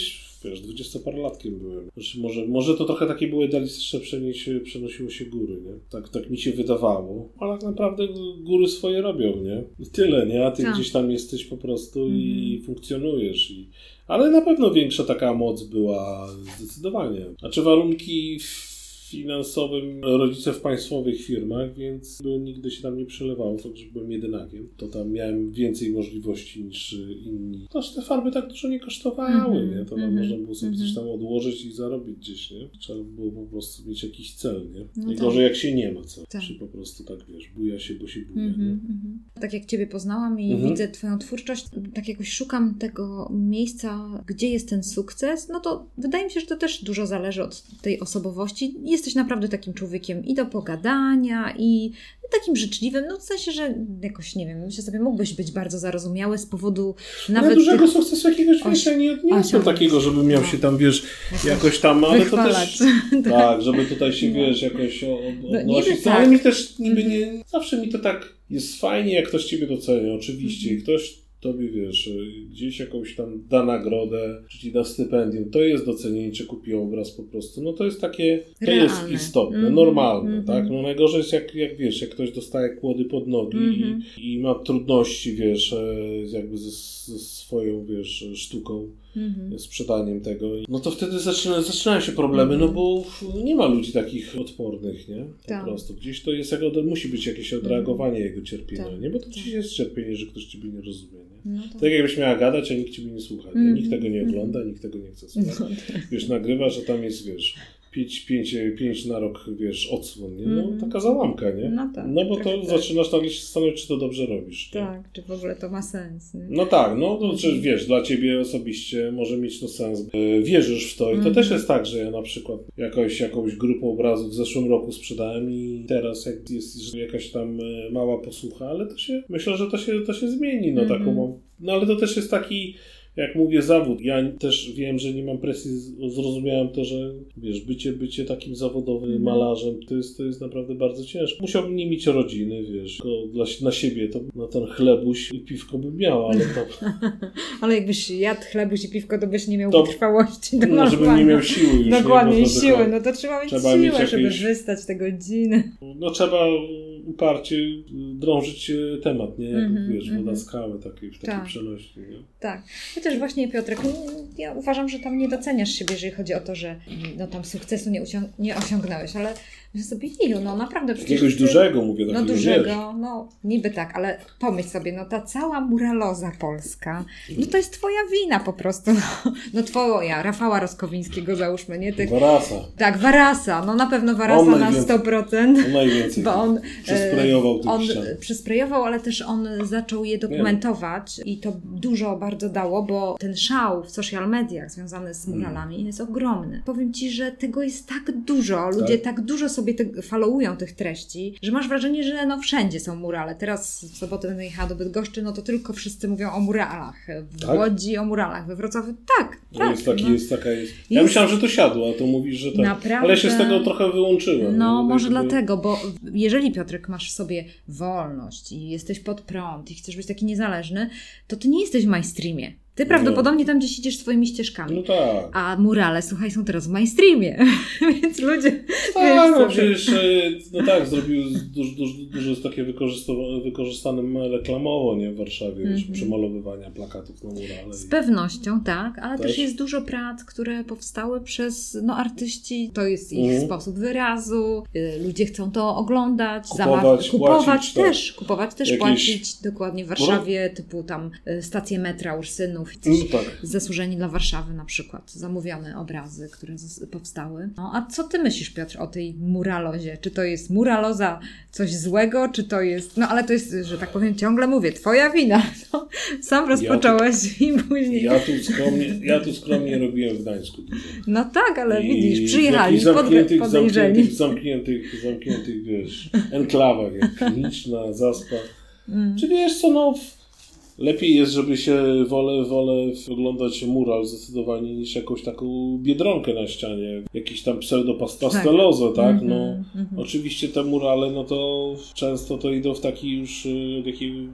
wiesz, dwudziestoparolatkiem byłem. Może, może to trochę takie było idealistyczne, przeniesie, przenosiło się góry, nie? Tak, tak mi się wydawało. Ale tak naprawdę góry swoje robią, nie? I tyle, nie? A ty tak. gdzieś tam jesteś po prostu mm-hmm. i funkcjonujesz. I... Ale na pewno większa taka moc była zdecydowanie. Znaczy warunki finansowym rodzice w państwowych firmach, więc nigdy się tam nie przelewało, także byłem jedynakiem. To tam miałem więcej możliwości niż inni. Też te farby tak dużo nie kosztowały, mm-hmm. nie? To tam mm-hmm. można było sobie mm-hmm. coś tam odłożyć i zarobić gdzieś, nie? Trzeba było po prostu mieć jakiś cel, nie? No I gorzej tak. jak się nie ma celu. Tak. Czy po prostu tak, wiesz, buja się, bo się buja, mm-hmm. nie? Tak jak Ciebie poznałam i mm-hmm. widzę Twoją twórczość, tak jakoś szukam tego miejsca, gdzie jest ten sukces, no to wydaje mi się, że to też dużo zależy od tej osobowości. Jest Jesteś naprawdę takim człowiekiem i do pogadania, i takim życzliwym, no w sensie, że jakoś, nie wiem, myślę sobie, mógłbyś być bardzo zarozumiały z powodu nawet ja dużego tych... sukcesu jakiegoś, wiesz, ja nie, nie jestem takiego, żeby miał no. się tam, wiesz, jakoś tam, ale wychwalać. To też, tak, żeby tutaj się, no. wiesz, jakoś odnosić, no, ale tak. mi też niby nie, zawsze mi to tak jest fajnie, jak ktoś Ciebie docenia, oczywiście, mm-hmm. ktoś Tobie, wiesz, gdzieś jakąś tam da nagrodę, czy Ci da stypendium, to jest docenienie, czy kupi obraz po prostu, no to jest takie, to realne. Jest istotne, mm-hmm. normalne, mm-hmm. tak, no najgorzej jest jak, jak wiesz, jak ktoś dostaje kłody pod nogi mm-hmm. i, i ma trudności, wiesz, jakby ze, ze swoją, wiesz, sztuką, mm-hmm. sprzedaniem tego, no to wtedy zaczyna, zaczynają się problemy, mm-hmm. no bo nie ma ludzi takich odpornych, nie, po tak. prostu, gdzieś to jest, jak od, musi być jakieś odreagowanie mm-hmm. jego cierpienia, tak. nie, bo to tak. jest cierpienie, że ktoś Ciebie nie rozumie, nie? No tak. tak jakbyś miała gadać, a nikt Ciebie nie słucha. Nie? Mm-hmm. Nikt tego nie ogląda, mm-hmm. nikt tego nie chce słuchać. No tak. Wiesz, nagrywa, że tam jest, wiesz, pięć, pięć, pięć na rok, wiesz, odsłon, nie? No mm-hmm. taka załamka, nie? No tak. No bo to tak. zaczynasz nagle się zastanowić, czy to dobrze robisz. Nie? Tak, czy w ogóle to ma sens, nie? No tak, no to czy, wiesz, dla Ciebie osobiście może mieć to sens. Wierzysz w to i to mm-hmm. też jest tak, że ja na przykład jakoś, jakąś grupę obrazów w zeszłym roku sprzedałem i teraz jak jest jakaś tam mała posłucha, ale to się, myślę, że to się, to się zmieni, no mm-hmm. taką mam, no ale to też jest taki, jak mówię, zawód. Ja też wiem, że nie mam presji, zrozumiałem to, że wiesz, bycie, bycie takim zawodowym mm. malarzem, to jest, to jest naprawdę bardzo ciężko. Musiałbym nie mieć rodziny, wiesz, tylko dla, na siebie to na ten chlebuś i piwko bym miał, ale to... ale jakbyś jadł chlebuś i piwko, to byś nie miał to, trwałości do malowania. Może bym nie miał siły już. Dokładnie, nie, siły, no to trzeba mieć trzeba siłę, mieć jakieś... żeby wystać te godziny. No trzeba uparcie drążyć temat, nie? Jak, mm-hmm, wiesz, mm-hmm. woda skały takiej, w takiej tak. przenośni, nie? Tak. Chociaż właśnie, Piotrek, ja uważam, że tam nie doceniasz siebie, jeżeli chodzi o to, że no tam sukcesu nie, usią- nie osiągnąłeś, ale że sobie Iju, no naprawdę przecież... Jakiegoś ty... dużego, mówię, takiego, no dużego, wiesz. No niby tak, ale pomyśl sobie, no ta cała muraloza polska, no to jest twoja wina po prostu, no, no twoja, Rafała Roskowińskiego załóżmy, nie? Tych... Warasa. Tak, Warasa, no na pewno Warasa na sto procent. On najwięcej bo on przysprejował tych On ścian. przysprejował, ale też on zaczął je dokumentować Wiem. i to dużo bardzo dało, bo ten szał w social mediach związany z muralami hmm. jest ogromny. Powiem Ci, że tego jest tak dużo, ludzie tak, tak dużo sobie te, followują tych treści, że masz wrażenie, że no wszędzie są murale. Teraz w sobotę będę jechała do Bydgoszczy, no to tylko wszyscy mówią o muralach. W tak? Łodzi o muralach, we Wrocławiu tak, no tak. Jest, taki, no. jest taka jest. Ja jest... myślałam, że to siadło, a to mówisz, że tak. Naprawdę... Ale ja się z tego trochę wyłączyłem. No, no może żeby... dlatego, bo jeżeli, Piotrek, masz w sobie wolność i jesteś pod prąd i chcesz być taki niezależny, to ty nie jesteś w mainstreamie. Ty prawdopodobnie tam gdzieś idziesz swoimi ścieżkami. No tak. A murale, słuchaj, są teraz w mainstreamie. Więc ludzie... Tak, no przecież, no tak, zrobił dużo, dużo, dużo jest takie wykorzystane reklamowo, nie, w Warszawie, mm-hmm. przemalowywania plakatów na murale. Z pewnością, tak, ale też? też jest dużo prac, które powstały przez no, artyści. To jest ich mm-hmm. sposób wyrazu. Ludzie chcą to oglądać, kupować, zamaw- kupować płacić, też, tak. kupować też, Jakieś... płacić dokładnie w Warszawie, typu tam stacje metra Ursynów. Coś no tak. zasłużeni dla Warszawy na przykład, zamówione obrazy, które z- powstały. No, a co ty myślisz, Piotr, o tej muralozie? Czy to jest muraloza coś złego, czy to jest, no ale to jest, że tak powiem, ciągle mówię, twoja wina. No, sam rozpocząłeś ja tu, i później... Ja tu skromnie, ja tu skromnie robiłem w Gdańsku dużo. No tak, ale I widzisz, przyjechali zamkniętych, pod, podejrzeni. Zamkniętych, zamkniętych, zamkniętych, wiesz, enklawach, jak Kliniczna, Zaspa. Mm. Czy wiesz co, no... Lepiej jest, żeby się wolę, wolę oglądać mural zdecydowanie niż jakąś taką biedronkę na ścianie. Jakiś tam pseudo-pastelozę, tak? tak? No, mm-hmm. Oczywiście te murale, no to często to idą w taki już, taki,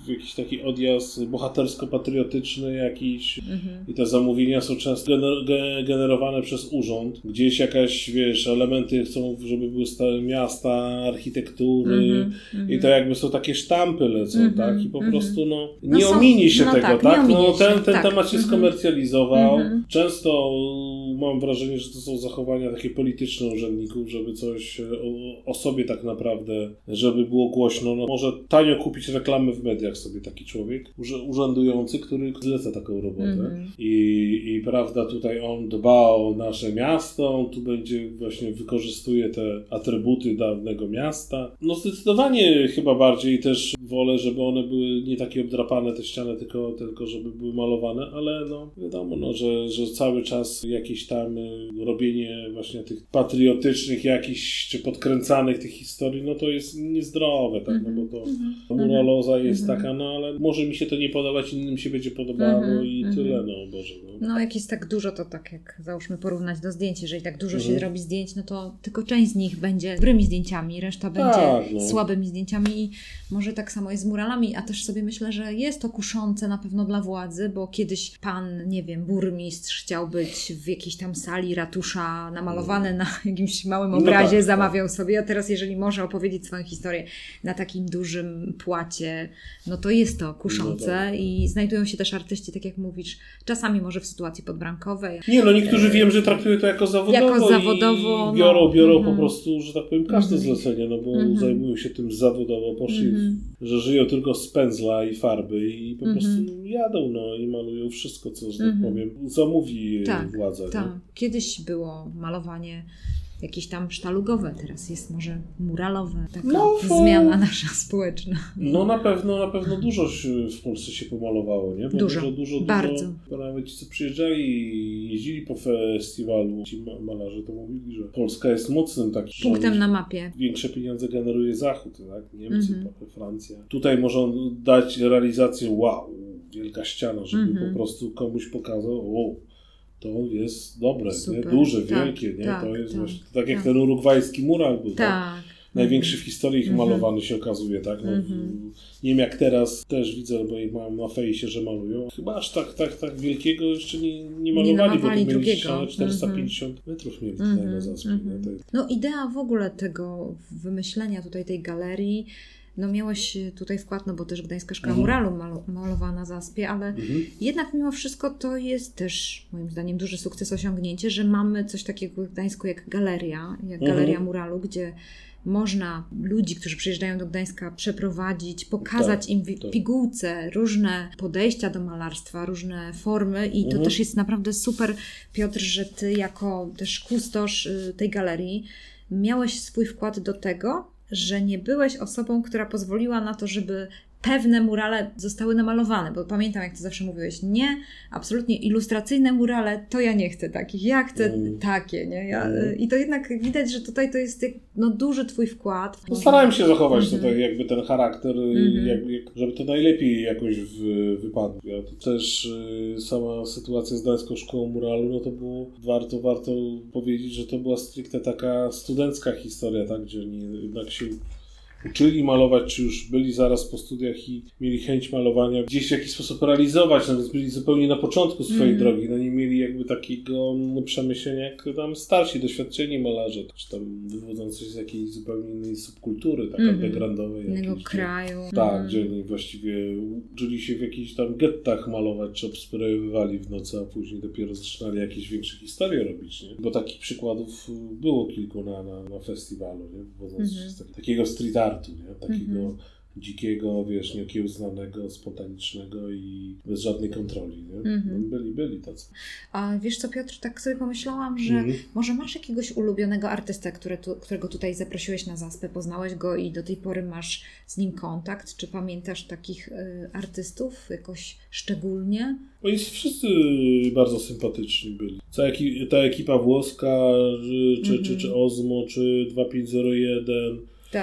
jakiś taki odjazd bohatersko-patriotyczny jakiś Mhm. i te zamówienia są często gener- ge- generowane przez urząd. Gdzieś jakaś, wiesz, elementy chcą, żeby były stałe miasta, architektury Mhm. i to jakby są takie sztampy lecą, Mhm. tak? I po Mhm. prostu, no, No nie są- omini się no tego, tak, tak? nie No ominie ten, się, ten tak. temat się Mhm. skomercjalizował. Mhm. Często mam wrażenie, że to są zachowania takie polityczne urzędników, żeby coś o, o sobie tak naprawdę, żeby było głośno. No, może tanio kupić reklamy w mediach sobie taki człowiek urze- urzędujący, który zleca taką robotę. Mhm. I, I prawda, tutaj on dba o nasze miasto, on tu będzie właśnie wykorzystuje te atrybuty dawnego miasta. No zdecydowanie chyba bardziej też wolę, żeby one były nie takie obdrapane, te ściany, tylko, tylko żeby były malowane, ale no wiadomo, no, że, że cały czas jakieś tam y, robienie właśnie tych patriotycznych jakichś, czy podkręcanych tych historii, no to jest niezdrowe, tak, no bo to muraloza jest Mhm. taka, no ale może mi się to nie podobać, innym się będzie podobało Mhm. i Mhm. tyle, no Boże, no. No jak jest tak dużo, to tak jak załóżmy porównać do zdjęć, jeżeli tak dużo Mhm. się robi zdjęć, no to tylko część z nich będzie dobrymi zdjęciami, reszta będzie Tak, no. słabymi zdjęciami i może tak samo jest z muralami, a też sobie myślę, że jest to kuszące na pewno dla władzy, bo kiedyś pan, nie wiem, burmistrz chciał być w jakiejś tam sali ratusza namalowany na jakimś małym No obrazie, tak, zamawiał sobie, a teraz jeżeli może opowiedzieć swoją historię na takim dużym płacie, no to jest to kuszące No tak. i znajdują się też artyści, tak jak mówisz, czasami może w sytuacji podbramkowej. Nie, no niektórzy wiem, że traktują to jako zawodowo, Jako zawodowo, i biorą, no. biorą Mhm. po prostu, że tak powiem, każde Mhm. zlecenie, no bo Mhm. zajmują się tym zawodowo, poszli, Mhm. że żyją tylko z pędzla i farby i po Mhm. prostu jadą, no i malują wszystko, co, że tak Mhm. powiem, zamówi Tak, władza. nie? Tak. Kiedyś było malowanie jakieś tam sztalugowe, teraz jest może muralowe. Taka No, to- zmiana nasza społeczna. No na pewno, na pewno dużo się w Polsce się pomalowało, nie? Bo Dużo, dużo, dużo, bardzo. Dużo, nawet ci, co przyjeżdżali i jeździli po festiwalu, ci ma- malarze to mówili, że Polska jest mocnym takim... Punktem że na mapie. Większe pieniądze generuje Zachód, tak? Niemcy, Mhm. Francja. Tutaj można dać realizację, wow, wielka ściana, żeby Mhm. po prostu komuś pokazał, o, to jest dobre, nie? Super. Duże, Tak, wielkie, nie? tak, to jest tak, właśnie tak jak tak. ten urugwajski mural był, tak? Tak. Największy w historii ich Mhm. malowany się okazuje, tak? No, Mhm. Nie wiem jak teraz, też widzę, bo ich mam na fejsie, że malują. Chyba aż tak, tak, tak wielkiego jeszcze nie, nie malowali, namawali bo to mieli drugiego. ścianę czterysta pięćdziesiąt metrów mieli tutaj Mhm, na zaspie. mhm. nie? To jest- No idea w ogóle tego wymyślenia tutaj tej galerii, no miałeś tutaj wkład, no bo też Gdańska Szkoła Mhm. Muralu malo- malowała na Zaspie, ale Mhm. jednak mimo wszystko to jest też moim zdaniem duży sukces, osiągnięcie, że mamy coś takiego w Gdańsku jak galeria, jak Mhm. Galeria Muralu, gdzie można ludzi, którzy przyjeżdżają do Gdańska, przeprowadzić, pokazać Tak, im w tak. pigułce różne podejścia do malarstwa, różne formy i to Mhm. też jest naprawdę super, Piotr, że Ty jako też kustosz y, tej galerii miałeś swój wkład do tego, że nie byłeś osobą, która pozwoliła na to, żeby pewne murale zostały namalowane, bo pamiętam, jak Ty zawsze mówiłeś, nie, absolutnie ilustracyjne murale, to ja nie chcę takich, ja chcę Mm. takie, nie? Ja, Mm. I to jednak widać, że tutaj to jest jak- no, duży Twój wkład. No, starałem się zachować Mhm. tutaj jakby ten charakter, y, Mhm. jakby, jak- żeby to najlepiej jakoś w, wypadło. Ja to też y, sama sytuacja z Gdańską Szkołą Muralu, no to było warto, warto powiedzieć, że to była stricte taka studencka historia, tak, gdzie oni jednak się uczyli malować, czy już byli zaraz po studiach i mieli chęć malowania gdzieś w jakiś sposób realizować, no więc byli zupełnie na początku swojej Mhm. drogi, no nie mieli jakby takiego no, przemyślenia jak tam starsi, doświadczeni malarze, czy tam wywodzący się z jakiejś zupełnie innej subkultury, tak Mhm. undergroundowej. Innego jakiejś, kraju. Tak, Mhm. gdzie oni właściwie uczyli się w jakichś tam gettach malować, czy obsprejowywali w nocy, a później dopiero zaczynali jakieś większe historie robić, nie? Bo takich przykładów było kilku na, na, na festiwalu, nie? Wywodząc Mhm. się z tak, takiego street artu, nie? Takiego Mhm. dzikiego, wiesz, nieokiełznanego, spontanicznego i bez żadnej kontroli, nie? Mhm. No, byli, byli tacy. A wiesz co, Piotr, tak sobie pomyślałam, że Mhm. może masz jakiegoś ulubionego artystę, który tu, którego tutaj zaprosiłeś na Zaspę, poznałeś go i do tej pory masz z nim kontakt. Czy pamiętasz takich y, artystów jakoś szczególnie? Oni wszyscy bardzo sympatyczni byli. Ta, eki, ta ekipa włoska, czy, czy, Mhm. czy, czy Ozmo, czy dwa pięć zero jeden. Tak.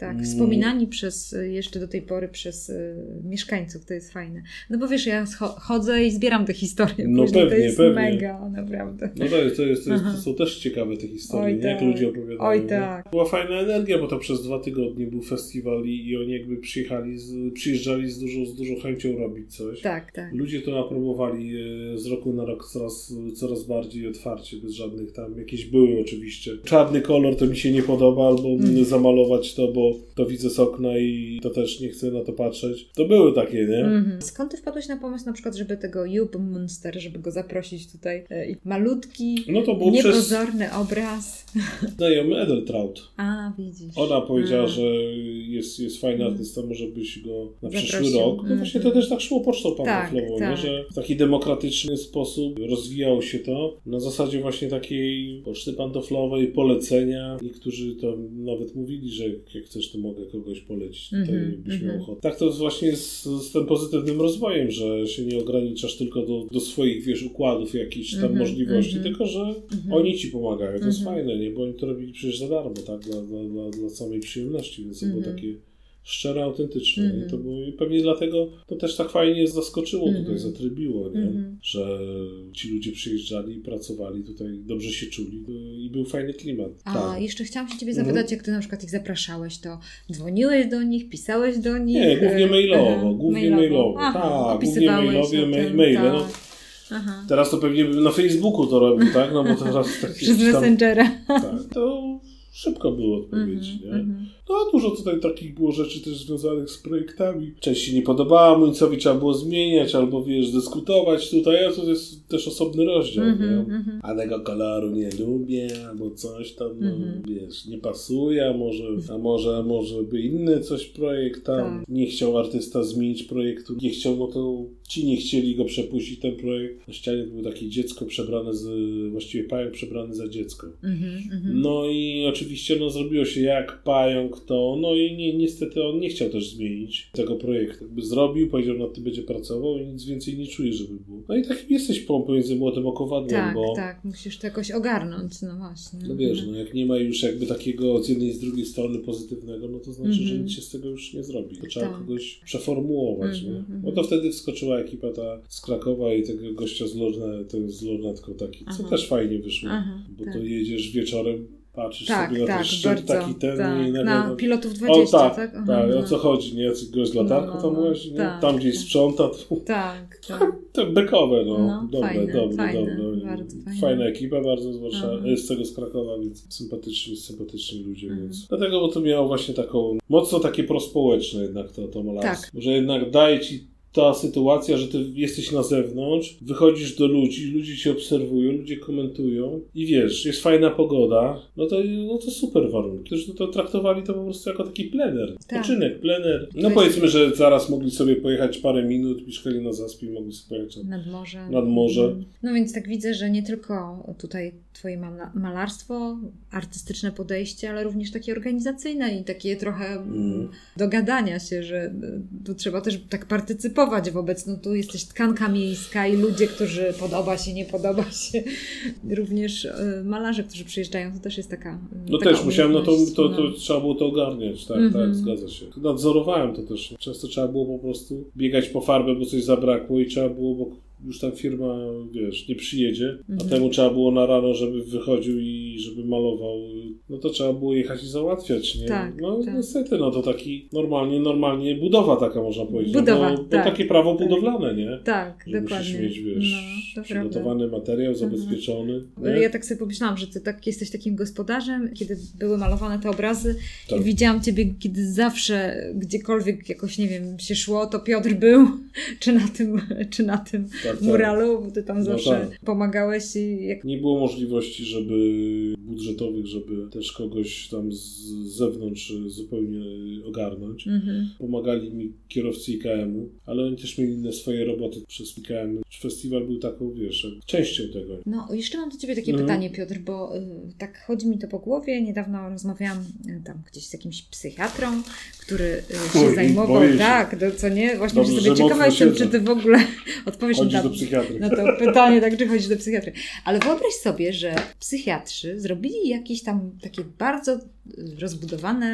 tak. Wspominani przez, jeszcze do tej pory przez y, mieszkańców, to jest fajne. No bo wiesz, ja scho- chodzę i zbieram te historie. No później, pewnie, to jest pewnie. mega, naprawdę. No to, jest, to, jest, to, jest, to są też ciekawe te historie, Oj, nie? tak. Jak ludzie opowiadają. Oj tak. Była fajna energia, bo to przez dwa tygodnie był festiwal i, i oni jakby przyjechali, z, przyjeżdżali z dużą, z dużą chęcią robić coś. Tak, tak. Ludzie to aprobowali e, z roku na rok coraz, coraz bardziej otwarcie, bez żadnych tam, jakieś były oczywiście. Czarny kolor to mi się nie podoba, albo mm. zamalować to, bo to widzę z okna i to też nie chcę na to patrzeć. To były takie, nie? Mm-hmm. Skąd ty wpadłeś na pomysł na przykład, żeby tego Jupp Munster, żeby go zaprosić tutaj? E, malutki, no to było niepozorny przez... obraz. Znajomy Edeltraut. A, widzisz. Ona powiedziała, A. że jest, jest fajny artysta, może byś go na Zaprosił. przyszły rok. No mm-hmm. właśnie to też tak szło pocztą pantoflową, tak, nie? tak. Że w taki demokratyczny sposób rozwijało się to. Na zasadzie właśnie takiej poczty pantoflowej, polecenia. Niektórzy tam nawet mówili, że jak chcesz, to mogę kogoś polecić tutaj, mm-hmm. byś miał ochotę. Tak to jest właśnie z, z tym pozytywnym rozwojem, że się nie ograniczasz tylko do, do swoich, wiesz, układów, jakichś tam mm-hmm. możliwości, mm-hmm. tylko że mm-hmm. oni ci pomagają. To mm-hmm. jest fajne, nie? Bo oni to robili przecież za darmo, tak? Dla, dla, dla, dla samej przyjemności, więc to mm-hmm. było takie szczere, autentyczne. Mm-hmm. I to było, i pewnie dlatego to też tak fajnie zaskoczyło mm-hmm. tutaj, zatrybiło, nie? Mm-hmm. Że ci ludzie przyjeżdżali, pracowali tutaj, dobrze się czuli i był fajny klimat. A tak. jeszcze chciałam się ciebie zapytać, mm-hmm. jak ty na przykład ich zapraszałeś, to dzwoniłeś do nich, pisałeś do nich? Nie, głównie mailowo, Aha, głównie mailowo. mailowo. Aha, tak, głównie mailowie, ma- maile. tak. No, Aha. Teraz to pewnie bym na Facebooku to robił, tak? No bo teraz tak przez Messengera. Tak, to szybko było odpowiedź, mm-hmm, nie? Mm-hmm. No a dużo tutaj takich było rzeczy też związanych z projektami. Część się nie podobała, Muńcowi trzeba było zmieniać, albo wiesz, dyskutować tutaj, a to jest też osobny rozdział, mm-hmm, nie? Mm-hmm. A tego koloru nie lubię, albo coś tam, no, mm-hmm. wiesz, nie pasuje, a może, a może, może by inny coś projekt tam. Tak. Nie chciał artysta zmienić projektu, nie chciał, no to ci nie chcieli go przepuścić, ten projekt. Na ścianie było takie dziecko przebrane z, właściwie pająk przebrany za dziecko. Mm-hmm. No i oczywiście no, zrobiło się jak pająk to, no i nie, niestety on nie chciał też zmienić tego projektu. Jakby zrobił, powiedział, nad tym będzie pracował i nic więcej nie czuje, żeby było. No i tak jesteś pomiędzy młotem a kowadłem, tak, bo... Tak, musisz to jakoś ogarnąć, no właśnie. No wiesz, no jak nie ma już jakby takiego z jednej i z drugiej strony pozytywnego, no to znaczy, mm-hmm. że nic się z tego już nie zrobi. To trzeba tak. kogoś przeformułować, mm-hmm. nie? No to wtedy wskoczyła ekipa ta z Krakowa i tego gościa z, Lorne, to z Lornetką taki, co Aha. też fajnie wyszło, Aha, bo tak. to jedziesz wieczorem, patrzysz tak, sobie na tak, ten szczyt, taki ten tak. i na no, pilotów dwadzieścia, o, tak? tak? Aha, tak, no. o co chodzi, nie? Jacyś gość z latarką no, no, tam łazi, tak, tam gdzieś tak. sprząta. To... Tak, tak. Te bekowe, no. no dobre, fajne, dobre, fajne, dobre. Bardzo fajne. Fajna ekipa, bardzo z Warszawy, z tego z Krakowa, więc sympatyczni, sympatyczni ludzie, mhm. więc dlatego, bo to miało właśnie taką, mocno takie prospołeczne jednak to, to malarstwo. Tak. Że jednak daje ci ta sytuacja, że ty jesteś na zewnątrz, wychodzisz do ludzi, ludzie cię obserwują, ludzie komentują i wiesz, jest fajna pogoda, no to, no to super warunki. Którzy to, to traktowali to po prostu jako taki plener, tak. Poczynek, plener. No Weź... powiedzmy, że zaraz mogli sobie pojechać parę minut, mieszkali na Zaspie i mogli sobie pojechać nad, nad morze. Nad morze. No więc tak widzę, że nie tylko tutaj twoje malarstwo, artystyczne podejście, ale również takie organizacyjne i takie trochę mm. dogadania się, że tu trzeba też tak partycypować wobec, no tu jesteś tkanka miejska i ludzie, którzy podoba się, nie podoba się. Również y, malarze, którzy przyjeżdżają, to też jest taka No taka też musiałem, no to, to, to no. trzeba było to ogarniać, tak, mm-hmm. tak, zgadza się. Nadzorowałem to też. Często trzeba było po prostu biegać po farbę, bo coś zabrakło i trzeba było, bo już tam firma, wiesz, nie przyjedzie, a mm-hmm. temu trzeba było na rano, żeby wychodził i żeby malował, no to trzeba było jechać i załatwiać, nie? Tak, no tak. niestety, no to taki normalnie, normalnie budowa taka można powiedzieć. Budowa, no, bo, tak. bo takie prawo budowlane, nie? Tak, że dokładnie. musisz mieć, wiesz, no, przygotowany materiał, zabezpieczony. Ja tak sobie pomyślałam, że ty tak jesteś takim gospodarzem, kiedy były malowane te obrazy tak. i widziałam ciebie, kiedy zawsze gdziekolwiek jakoś, nie wiem, się szło, to Piotr był, czy na tym, czy na tym tak, muralu, tak. bo ty tam no zawsze tak. pomagałeś. I jak... Nie było możliwości, żeby budżetowych, żeby też kogoś tam z zewnątrz zupełnie ogarnąć. Mm-hmm. Pomagali mi kierowcy I K M-u, ale oni też mieli inne swoje roboty przez I K M. Festiwal był taką, wiesz, częścią tego. No, jeszcze mam do ciebie takie mm. pytanie, Piotr, bo y, tak chodzi mi to po głowie. Niedawno rozmawiałam y, tam gdzieś z jakimś psychiatrą, który y, się Oj, zajmował, tak, do, co nie? Właśnie Dobrze, już sobie ciekawa jestem, czy ty w ogóle odpowiesz Chodzisz na do psychiatry. No to pytanie, tak, czy chodzisz do psychiatry. Ale wyobraź sobie, że psychiatrzy zrobili jakieś tam takie bardzo rozbudowane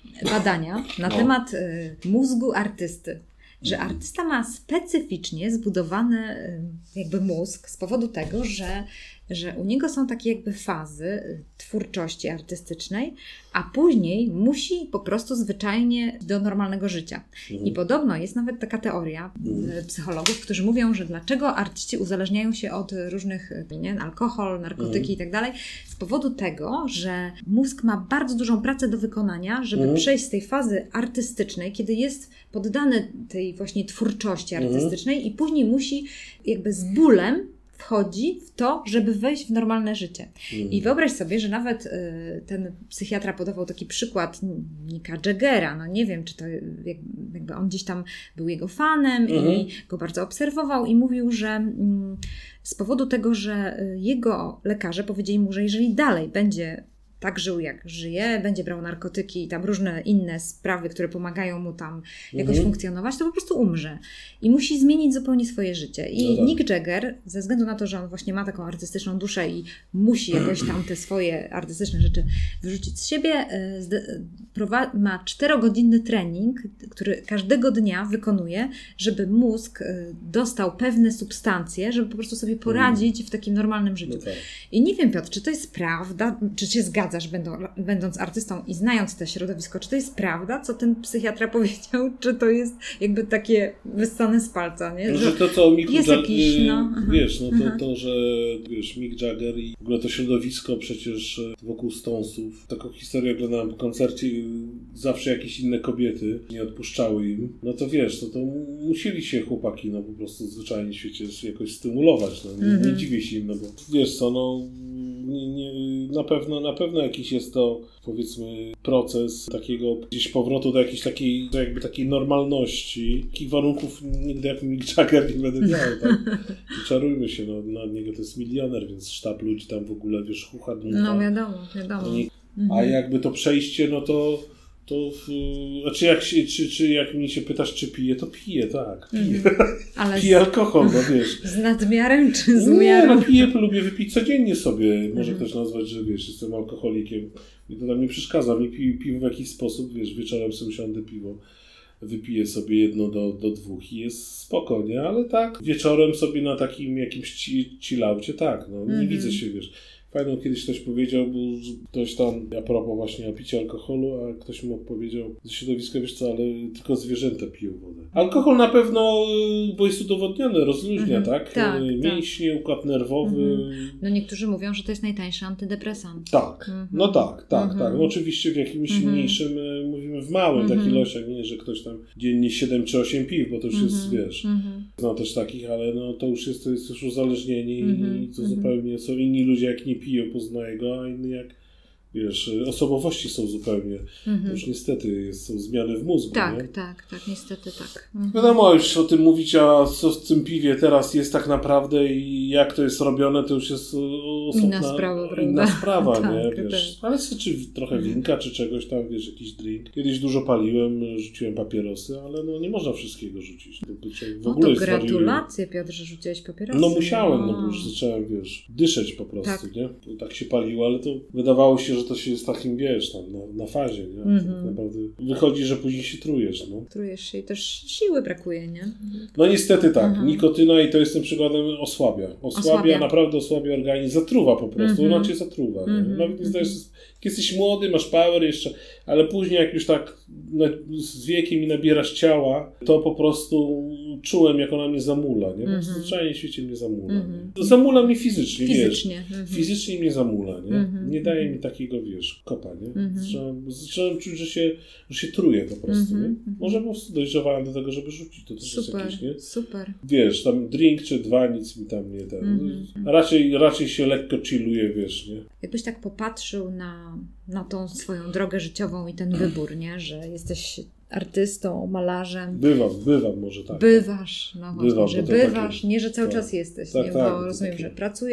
badania na No. temat y, mózgu artysty. Że artysta ma specyficznie zbudowany y, jakby mózg z powodu tego, że, że u niego są takie jakby fazy y, twórczości artystycznej, a później musi po prostu zwyczajnie do normalnego życia. Mhm. I podobno jest nawet taka teoria y, psychologów, którzy mówią, że dlaczego artyści uzależniają się od różnych, y, nie, alkohol, narkotyki Mhm. i tak dalej, z powodu tego, że mózg ma bardzo dużą pracę do wykonania, żeby Mhm. przejść z tej fazy artystycznej, kiedy jest poddany tej właśnie twórczości Mhm. artystycznej i później musi jakby z bólem wchodzi w to, żeby wejść w normalne życie. Mhm. I wyobraź sobie, że nawet y, ten psychiatra podawał taki przykład Micka Jaggera. No nie wiem, czy to jak, jakby on gdzieś tam był jego fanem Mhm. i go bardzo obserwował i mówił, że mm, z powodu tego, że y, jego lekarze powiedzieli mu, że jeżeli dalej będzie tak żył, jak żyje, będzie brał narkotyki i tam różne inne sprawy, które pomagają mu tam jakoś Mhm. funkcjonować, to po prostu umrze. I musi zmienić zupełnie swoje życie. I No tak. Mick Jagger, ze względu na to, że on właśnie ma taką artystyczną duszę i musi jakoś tam te swoje artystyczne rzeczy wyrzucić z siebie, y, zde- prowa- ma czterogodzinny trening, który każdego dnia wykonuje, żeby mózg y, dostał pewne substancje, żeby po prostu sobie poradzić w takim normalnym życiu. No tak. I nie wiem, Piotr, czy to jest prawda, czy się zgadzasz, będą, będąc artystą i znając to środowisko, czy to jest prawda, co ten psychiatra powiedział, czy to jest jakby takie wyssane z palca, nie? No, że to, co Mick jest Jag- jakiś, no, aha. wiesz, no to, Aha. to, że wiesz, Mick Jagger i w ogóle to środowisko przecież wokół Stonesów. Taką historię oglądałem po koncercie i zawsze jakieś inne kobiety nie odpuszczały im. No to wiesz, to, to musieli się chłopaki no po prostu zwyczajnie w świecie jakoś stymulować. No. Nie, nie Mhm. dziwię się im, no bo wiesz co, no nie, nie, na pewno, na pewno jakiś jest to, powiedzmy, proces takiego gdzieś powrotu do jakiejś takiej, do jakby takiej normalności. Takich warunków nigdy jak Mick Jagger nie będę miał, tak? I czarujmy się, no, na niego to jest milioner, więc sztab ludzi tam w ogóle, wiesz, chucha, dmucha. No wiadomo, wiadomo. Oni- Mhm. A jakby to przejście, no to to w, znaczy jak się, czy, czy jak mnie się pytasz, czy piję, to piję, tak. Piję, Mhm. Ale piję alkohol, no wiesz. z, z nadmiarem czy z Nie, umiarem? no piję, lubię wypić codziennie sobie. Może Mhm. ktoś nazwać, że wiesz, jestem alkoholikiem. I to nam nie przeszkadza. Mi pi, piwo w jakiś sposób, wiesz, wieczorem sobie usiądę piwo, wypiję sobie jedno do, do dwóch i jest spoko, nie? Ale tak, wieczorem sobie na takim jakimś ci- chillaucie, tak, no nie Mhm. widzę się, wiesz. Pamiętam, kiedyś ktoś powiedział, bo ktoś tam, a propos właśnie o piciu alkoholu, a ktoś mu odpowiedział ze środowiska, wiesz co, ale tylko zwierzęta piją wodę. Alkohol na pewno, y, bo jest udowodnione, rozluźnia, Mhm. tak? Tak, Y, Mięśnie, układ nerwowy. No niektórzy mówią, że to jest najtańszy antydepresant. Tak, Mhm. no tak, tak, Mhm. tak. No oczywiście w jakimś Mhm. mniejszym, y, mówimy w małym Mhm. takich ilościach, nie, że ktoś tam dziennie siedem czy osiem piw, bo to już jest, Mhm. wiesz, Mhm. znam też takich, ale no to już jest, to jest już uzależnienie Mhm. i to Mhm. zupełnie są inni ludzie, jak nie piją, poznaję go, a inni jak, wiesz, osobowości są zupełnie, to Mhm. już niestety jest, są zmiany w mózgu, nie? Tak, tak, tak, niestety tak. Mhm. Wiadomo, już o tym mówić, a co w tym piwie teraz jest tak naprawdę i jak to jest robione, to już jest o- osobna, Inna sprawa, prawda? inna sprawa, Tak, nie? Wiesz, ale co, czy trochę Mhm. winka, czy czegoś tam, wiesz, jakiś drink. Kiedyś dużo paliłem, rzuciłem papierosy, ale no nie można wszystkiego rzucić. To, to człowiek w No ogóle to jest gratulacje, Piotr, że rzuciłeś papierosy. no musiałem, no A. bo już zacząłem, wiesz, dyszeć po prostu, Tak. nie? Bo tak się paliło, ale to wydawało się, że to się jest takim, wiesz, tam na, na fazie, nie? A Mhm. tak naprawdę wychodzi, że później się trujesz, no. Trujesz się i też siły brakuje, nie? No niestety tak, Mhm. nikotyna i to jest tym przykładem osłabia. Osłabia, Osłabia. naprawdę osłabia organizm, zatruwa po prostu, Mhm. ona cię zatruwa. Nie? Mhm. Nawet nie zdajesz, jak jesteś młody, masz power jeszcze, ale później jak już tak na, z wiekiem i nabierasz ciała, to po prostu czułem, jak ona mnie zamula, nie? Mhm. Mhm. Zwyczajnie w świecie mnie zamula. Mhm. Nie? Zamula mnie fizycznie, wiesz. Fizycznie. Mhm. Fizycznie mnie zamula, nie? Mhm. Nie daje mi takiego, wiesz, kopa, nie? Mhm. Zacząłem, zacząłem czuć, że się, że się truję po prostu, Mhm. nie? Mhm. Może po prostu dojrzewałem do tego, żeby rzucić, to też Super, jest jakieś, nie? super. Wiesz, tam drink czy dwa, nic mi tam nie ten. Mhm. Raczej, raczej się lekko chilluje, wiesz, nie? Jakbyś tak popatrzył na, na tą swoją drogę życiową i ten wybór, nie? Że jesteś artystą, malarzem. Bywam, bywam może tak. Bywasz, no właśnie, Bywam, że bo to bywasz, takie- nie, że cały tak. czas jesteś, Tak, nie? tak, Bo to rozumiem, takie- że pracujesz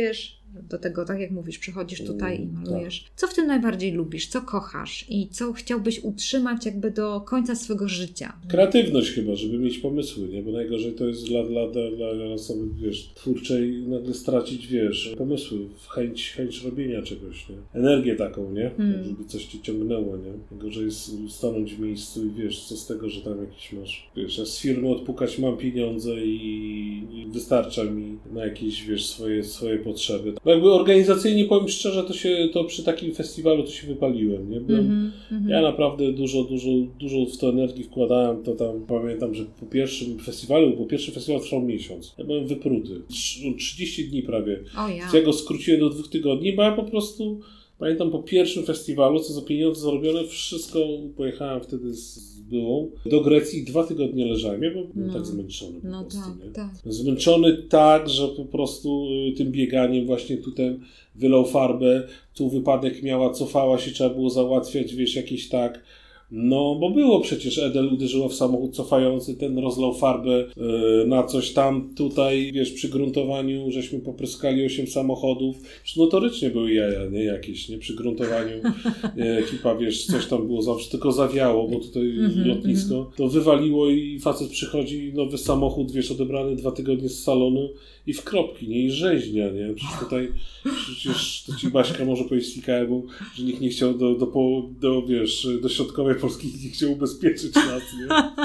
do tego, tak jak mówisz, przychodzisz tutaj i malujesz. Co w tym najbardziej lubisz? Co kochasz? I co chciałbyś utrzymać jakby do końca swego życia? Kreatywność chyba, żeby mieć pomysły, nie? Bo najgorzej to jest dla, dla, dla, dla osoby, wiesz, twórczej nagle stracić, wiesz, pomysły, chęć, chęć robienia czegoś, nie? Energię taką, nie? Hmm. Żeby coś cię ciągnęło, nie? Najgorzej jest stanąć w miejscu i wiesz, co z tego, że tam jakiś masz, wiesz, ja z firmy odpukać mam pieniądze i, i wystarcza mi na jakieś, wiesz, swoje, swoje potrzeby. Bo jakby organizacyjnie, powiem szczerze, to się, to przy takim festiwalu to się wypaliłem, nie? Byłem, mm-hmm. Ja naprawdę dużo, dużo, dużo w to energii wkładałem, to tam pamiętam, że po pierwszym festiwalu, bo pierwszy festiwal trwał miesiąc. Ja byłem wypruty. trzydzieści dni prawie. Oh, yeah. Ja go skróciłem do dwóch tygodni, bo ja po prostu pamiętam po pierwszym festiwalu, co za pieniądze zarobione, wszystko pojechałem wtedy z byłą do Grecji i dwa tygodnie leżałem. Ja byłem no. tak zmęczony po no prostu. Tak, nie? tak. Zmęczony tak, że po prostu tym bieganiem właśnie tutaj wylał farbę, tu wypadek miała, cofała się, trzeba było załatwiać, wiesz, jakieś tak. No, bo było przecież, Edel uderzyła w samochód cofający, ten rozlał farbę yy, na coś tam, tutaj, wiesz, przy gruntowaniu żeśmy popryskali osiem samochodów. Przecież notorycznie były jaja, nie? Jakieś, nie? Przy gruntowaniu e, ekipa, wiesz, coś tam było zawsze, tylko zawiało, bo tutaj mm-hmm, lotnisko, to wywaliło i facet przychodzi, nowy samochód, wiesz, odebrany dwa tygodnie z salonu i w kropki, nie? I rzeźnia, nie? Przecież tutaj, przecież to ci Baśka może powiedzieć z I K E M-u, że nikt nie chciał do, do, do, do wiesz, do środkowej Polski nie chciał ubezpieczyć nas, nie?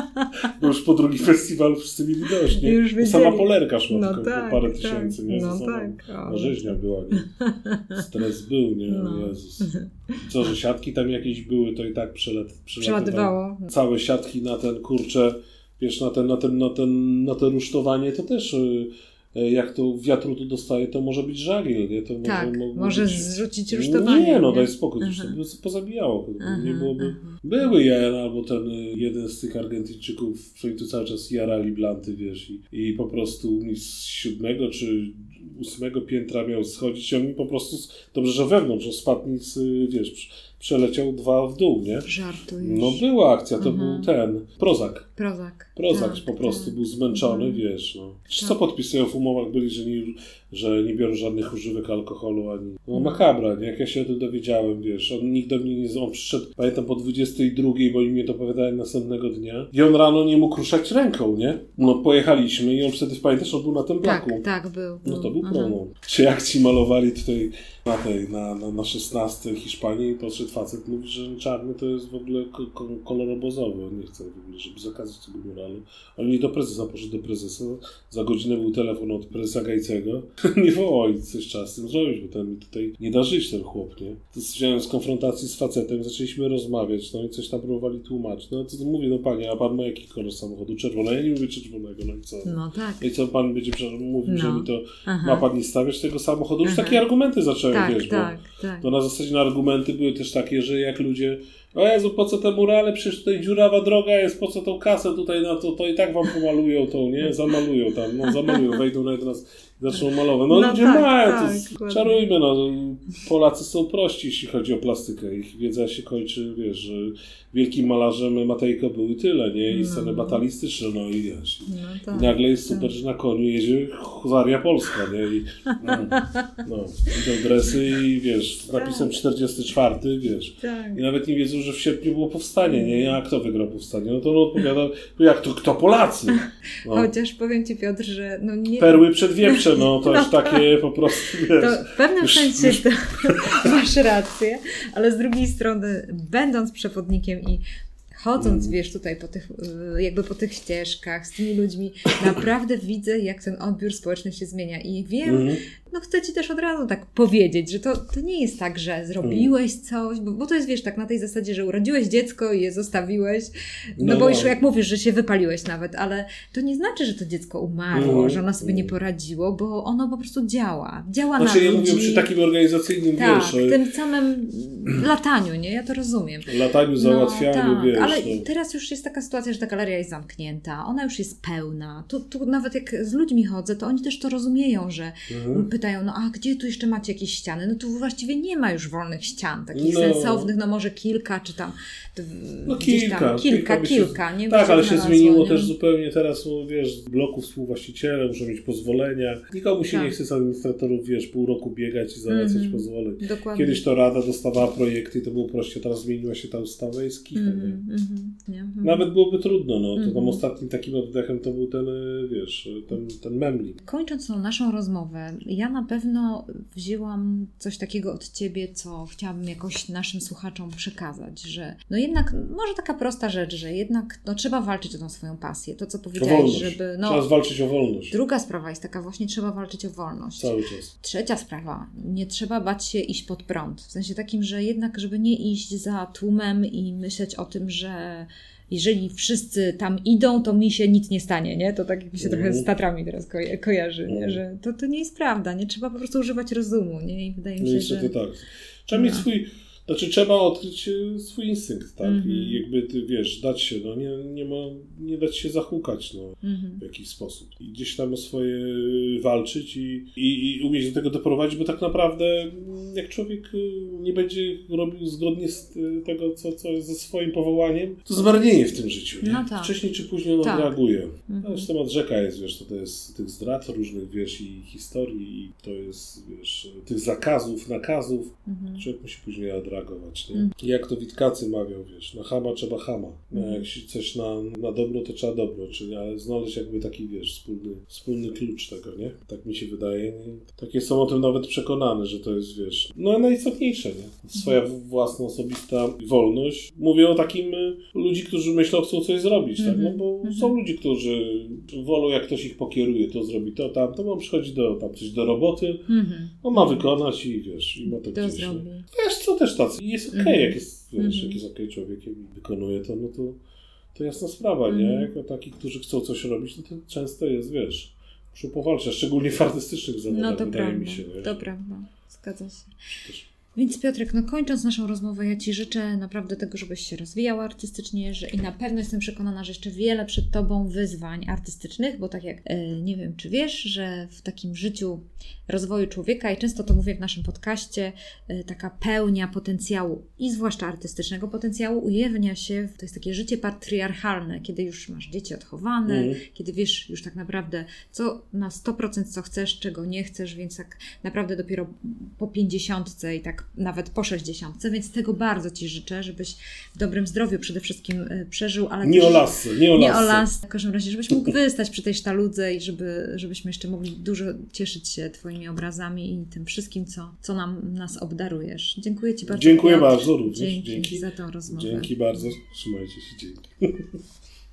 Bo już po drugim festiwalu wszyscy mieli dość, nie? Już sama Polerka szła no tylko tak, parę tak, tysięcy, nie? No Za tak. no, rzeźnia była, nie? Stres był, nie? No. Jezus. Co, że siatki tam jakieś były, to i tak przelat, przelatywało. Całe siatki na ten, kurczę, wiesz, na ten, na ten, na ten, na te rusztowanie, to też... Jak to wiatru tu dostaje, to może być żagiel, nie? To tak, może, może być... zrzucić rusztowanie. Nie, no nie? daj spokój, to by pozabijało. Aha, nie byłoby... Aha. Były jaja, albo ten jeden z tych Argentyńczyków, którzy tu cały czas jarali blanty, wiesz, i, i po prostu z siódmego czy ósmego piętra miał schodzić, on mi po prostu, dobrze, że wewnątrz, że spadł nic, wiesz, przeleciał dwa w dół, nie? Żartujesz. No była akcja, to mhm. był ten, Prozak. Prozak. Prozak tak, po prostu tak. był zmęczony, mhm. wiesz, no. Tak. Co podpisują w umowach byli, że nie, że nie biorą żadnych używek alkoholu, ani... No makabra, nie? Jak ja się o tym dowiedziałem, wiesz, on nikt do mnie nie... On przyszedł, pamiętam, po dwudziestej drugiej, bo im mnie dopowiadali następnego dnia i on rano nie mógł ruszać ręką, nie? No pojechaliśmy i on wtedy, pamiętasz, on był na tym blaku. Tak, tak, był. No to był Aha. promo. Czy akcji malowali tutaj na tej, na, na, na szesnastej Hiszpanii i podszedł facet, mówi, że czarny to jest w ogóle ko- ko- kolor obozowy, on nie chce w ogóle, żeby zakazać tego muralu. On nie do prezesa, poszedł do prezesa, za godzinę był telefon od prezesa Gajcego, nie wołał, coś trzeba z tym zrobić, bo ten mi tutaj nie da żyć ten chłop, nie? To wziąłem z konfrontacji z facetem, zaczęliśmy rozmawiać, no i coś tam próbowali tłumaczyć, no to mówię, no panie, a pan ma jaki kolor samochodu? Czerwony, ja nie mówię czerwonego, no i co? No tak. I co pan będzie mówił, no. że mi to, Aha. ma pan nie stawiać tego samochodu? Już Aha. takie argumenty zaczęły, tak, wiesz, tak, bo tak. to na zasadzie na argumenty były też takie, że jak ludzie, o Jezu, po co te murale, przecież tutaj dziurawa droga jest, po co tą kasę tutaj na to, to i tak wam pomalują tą, nie? Zamalują tam, no zamalują, wejdą na jeden raz, zaczną malować. No, no ludzie tak, mają, tak, to czarujmy, no. Polacy są prości, jeśli chodzi o plastykę. Ich wiedza się kończy, wiesz, że wielkim malarzem Matejko był i tyle, nie? I sceny no. batalistyczne, no i wiesz. No, tak, I nagle jest super, tak. że na koniu jedzie Husaria Polska, nie? I no, no, idą dresy i wiesz, z napisem czterdziesty czwarty, wiesz. Tak. I nawet nie wiedzą, że w sierpniu było powstanie, nie? A kto wygrał powstanie? No to on odpowiada, jak to, kto Polacy? No. Chociaż powiem ci, Piotr, że no nie... Perły przedwieprze, no to no, już takie po prostu, wiesz. To w pewnym już, sensie już... to masz rację, ale z drugiej strony, będąc przewodnikiem i chodząc, mm. wiesz, tutaj po tych, jakby po tych ścieżkach z tymi ludźmi, naprawdę widzę, jak ten odbiór społeczny się zmienia i wiem, mm. no chcę ci też od razu tak powiedzieć, że to, to nie jest tak, że zrobiłeś coś, bo, bo to jest, wiesz, tak na tej zasadzie, że urodziłeś dziecko i je zostawiłeś, no, no bo już jak mówisz, że się wypaliłeś nawet, ale to nie znaczy, że to dziecko umarło, mm. że ono sobie nie poradziło, bo ono po prostu działa. Działa znaczy, na ja ludzi. Znaczy, ja mówię przy takim organizacyjnym, tak, wiesz... w tym samym lataniu, nie? Ja to rozumiem. Lataniu, załatwianiu, no, tak, wiesz... Ale no. teraz już jest taka sytuacja, że ta galeria jest zamknięta, ona już jest pełna. Tu, tu nawet jak z ludźmi chodzę, to oni też to rozumieją, że mhm. pytają pytają, no a gdzie tu jeszcze macie jakieś ściany? No tu właściwie nie ma już wolnych ścian, takich no. sensownych, no może kilka, czy tam no kilka, tam, kilka, kilka, kilka. Się, nie tak, ale się znalazło, zmieniło nie? też zupełnie teraz, no, wiesz, z bloku współwłaściciele muszą mieć pozwolenia. Nikomu się tak. nie chce z administratorów, wiesz, pół roku biegać i załatwiać mm-hmm. pozwoleń. Dokładnie. Kiedyś to Rada dostawała projekty i to było prościej, teraz zmieniła się ta ustawa i skicha, mm-hmm, nie? Mm-hmm, nie? Mm-hmm. Nawet byłoby trudno, no. To mm-hmm. tam ostatnim takim oddechem to był ten, wiesz, ten, ten memlik. Kończąc tą naszą rozmowę, ja na pewno wzięłam coś takiego od Ciebie, co chciałabym jakoś naszym słuchaczom przekazać, że no jednak, może taka prosta rzecz, że jednak no, trzeba walczyć o tą swoją pasję, to co powiedziałeś, żeby... No, trzeba walczyć o wolność. Druga sprawa jest taka właśnie, trzeba walczyć o wolność. Cały czas. Trzecia sprawa, nie trzeba bać się iść pod prąd, w sensie takim, że jednak, żeby nie iść za tłumem i myśleć o tym, że jeżeli wszyscy tam idą, to mi się nic nie stanie, nie? To tak jak mi się mm. trochę z Tatrami teraz ko- kojarzy, nie? Że to, to nie jest prawda, nie? Trzeba po prostu używać rozumu, nie? I wydaje mi się, no że... że... tak. Trzeba no. mieć swój... Znaczy trzeba odkryć swój instynkt, tak? Mm-hmm. I jakby ty, wiesz, dać się, no nie, nie ma, nie dać się zahukać, no, mm-hmm. w jakiś sposób. I gdzieś tam o swoje walczyć i, i, i umieć do tego doprowadzić, bo tak naprawdę jak człowiek nie będzie robił zgodnie z tego, co, co jest ze swoim powołaniem, to zmarnieje w tym życiu, nie? No tak. Wcześniej czy później on tak. reaguje. Mm-hmm. No, już temat rzeka jest, wiesz, to, to jest tych zdrad różnych, wiesz, i historii, i to jest, wiesz, tych zakazów, nakazów. Mm-hmm. Człowiek musi później reagować. Nie? Mm. Jak to Witkacy mawiał, wiesz, na chama trzeba chama. Mm. Jak coś na, na dobro, to trzeba dobro, czyli ale znaleźć jakby taki, wiesz, wspólny, wspólny klucz tego, nie? Tak mi się wydaje. Nie? Tak jestem o tym nawet przekonany, że to jest, wiesz, no najistotniejsze, nie? Swoja mm. własna, osobista wolność. Mówię o takim ludzi, którzy myślą, chcą coś zrobić, mm-hmm. tak? No bo mm-hmm. są ludzi, którzy wolą, jak ktoś ich pokieruje, to zrobi to, tam, to on przychodzi do, tam coś do roboty, mm-hmm. on ma wykonać i wiesz, i ma to gdzieś. Zrobi. Wiesz, co też tacy. I jest okej, okay, mm-hmm. jak jest, wiesz, mm-hmm. jak jest okej okay człowiekiem i wykonuje to, no to, to jasna sprawa, mm-hmm. nie? Jako takich, którzy chcą coś robić, no to często jest, wiesz, muszą powalczyć, szczególnie w artystycznych zawodach, no to wydaje prawda, mi się. Wiesz? To prawda, zgadza się. Też. Więc Piotrek, no kończąc naszą rozmowę, ja Ci życzę naprawdę tego, żebyś się rozwijał artystycznie, że i na pewno jestem przekonana, że jeszcze wiele przed Tobą wyzwań artystycznych, bo tak jak, e, nie wiem, czy wiesz, że w takim życiu rozwoju człowieka, i często to mówię w naszym podcaście, e, taka pełnia potencjału i zwłaszcza artystycznego potencjału ujawnia się, to jest takie życie patriarchalne, kiedy już masz dzieci odchowane, mm. kiedy wiesz już tak naprawdę, co na sto procent co chcesz, czego nie chcesz, więc tak naprawdę dopiero po pięćdziesiątce i tak nawet po sześćdziesiątce, więc tego bardzo Ci życzę, żebyś w dobrym zdrowiu przede wszystkim przeżył, ale nie też, o lasy, nie o lasy. Nie o lasy. W każdym razie, żebyś mógł wystać przy tej sztaludze i żeby, żebyśmy jeszcze mogli dużo cieszyć się Twoimi obrazami i tym wszystkim, co, co nam nas obdarujesz. Dziękuję Ci bardzo. Dziękuję Piotr. bardzo również. Dzięki, Dzięki za tą rozmowę. Dzięki bardzo. Trzymajcie się. Dzięki.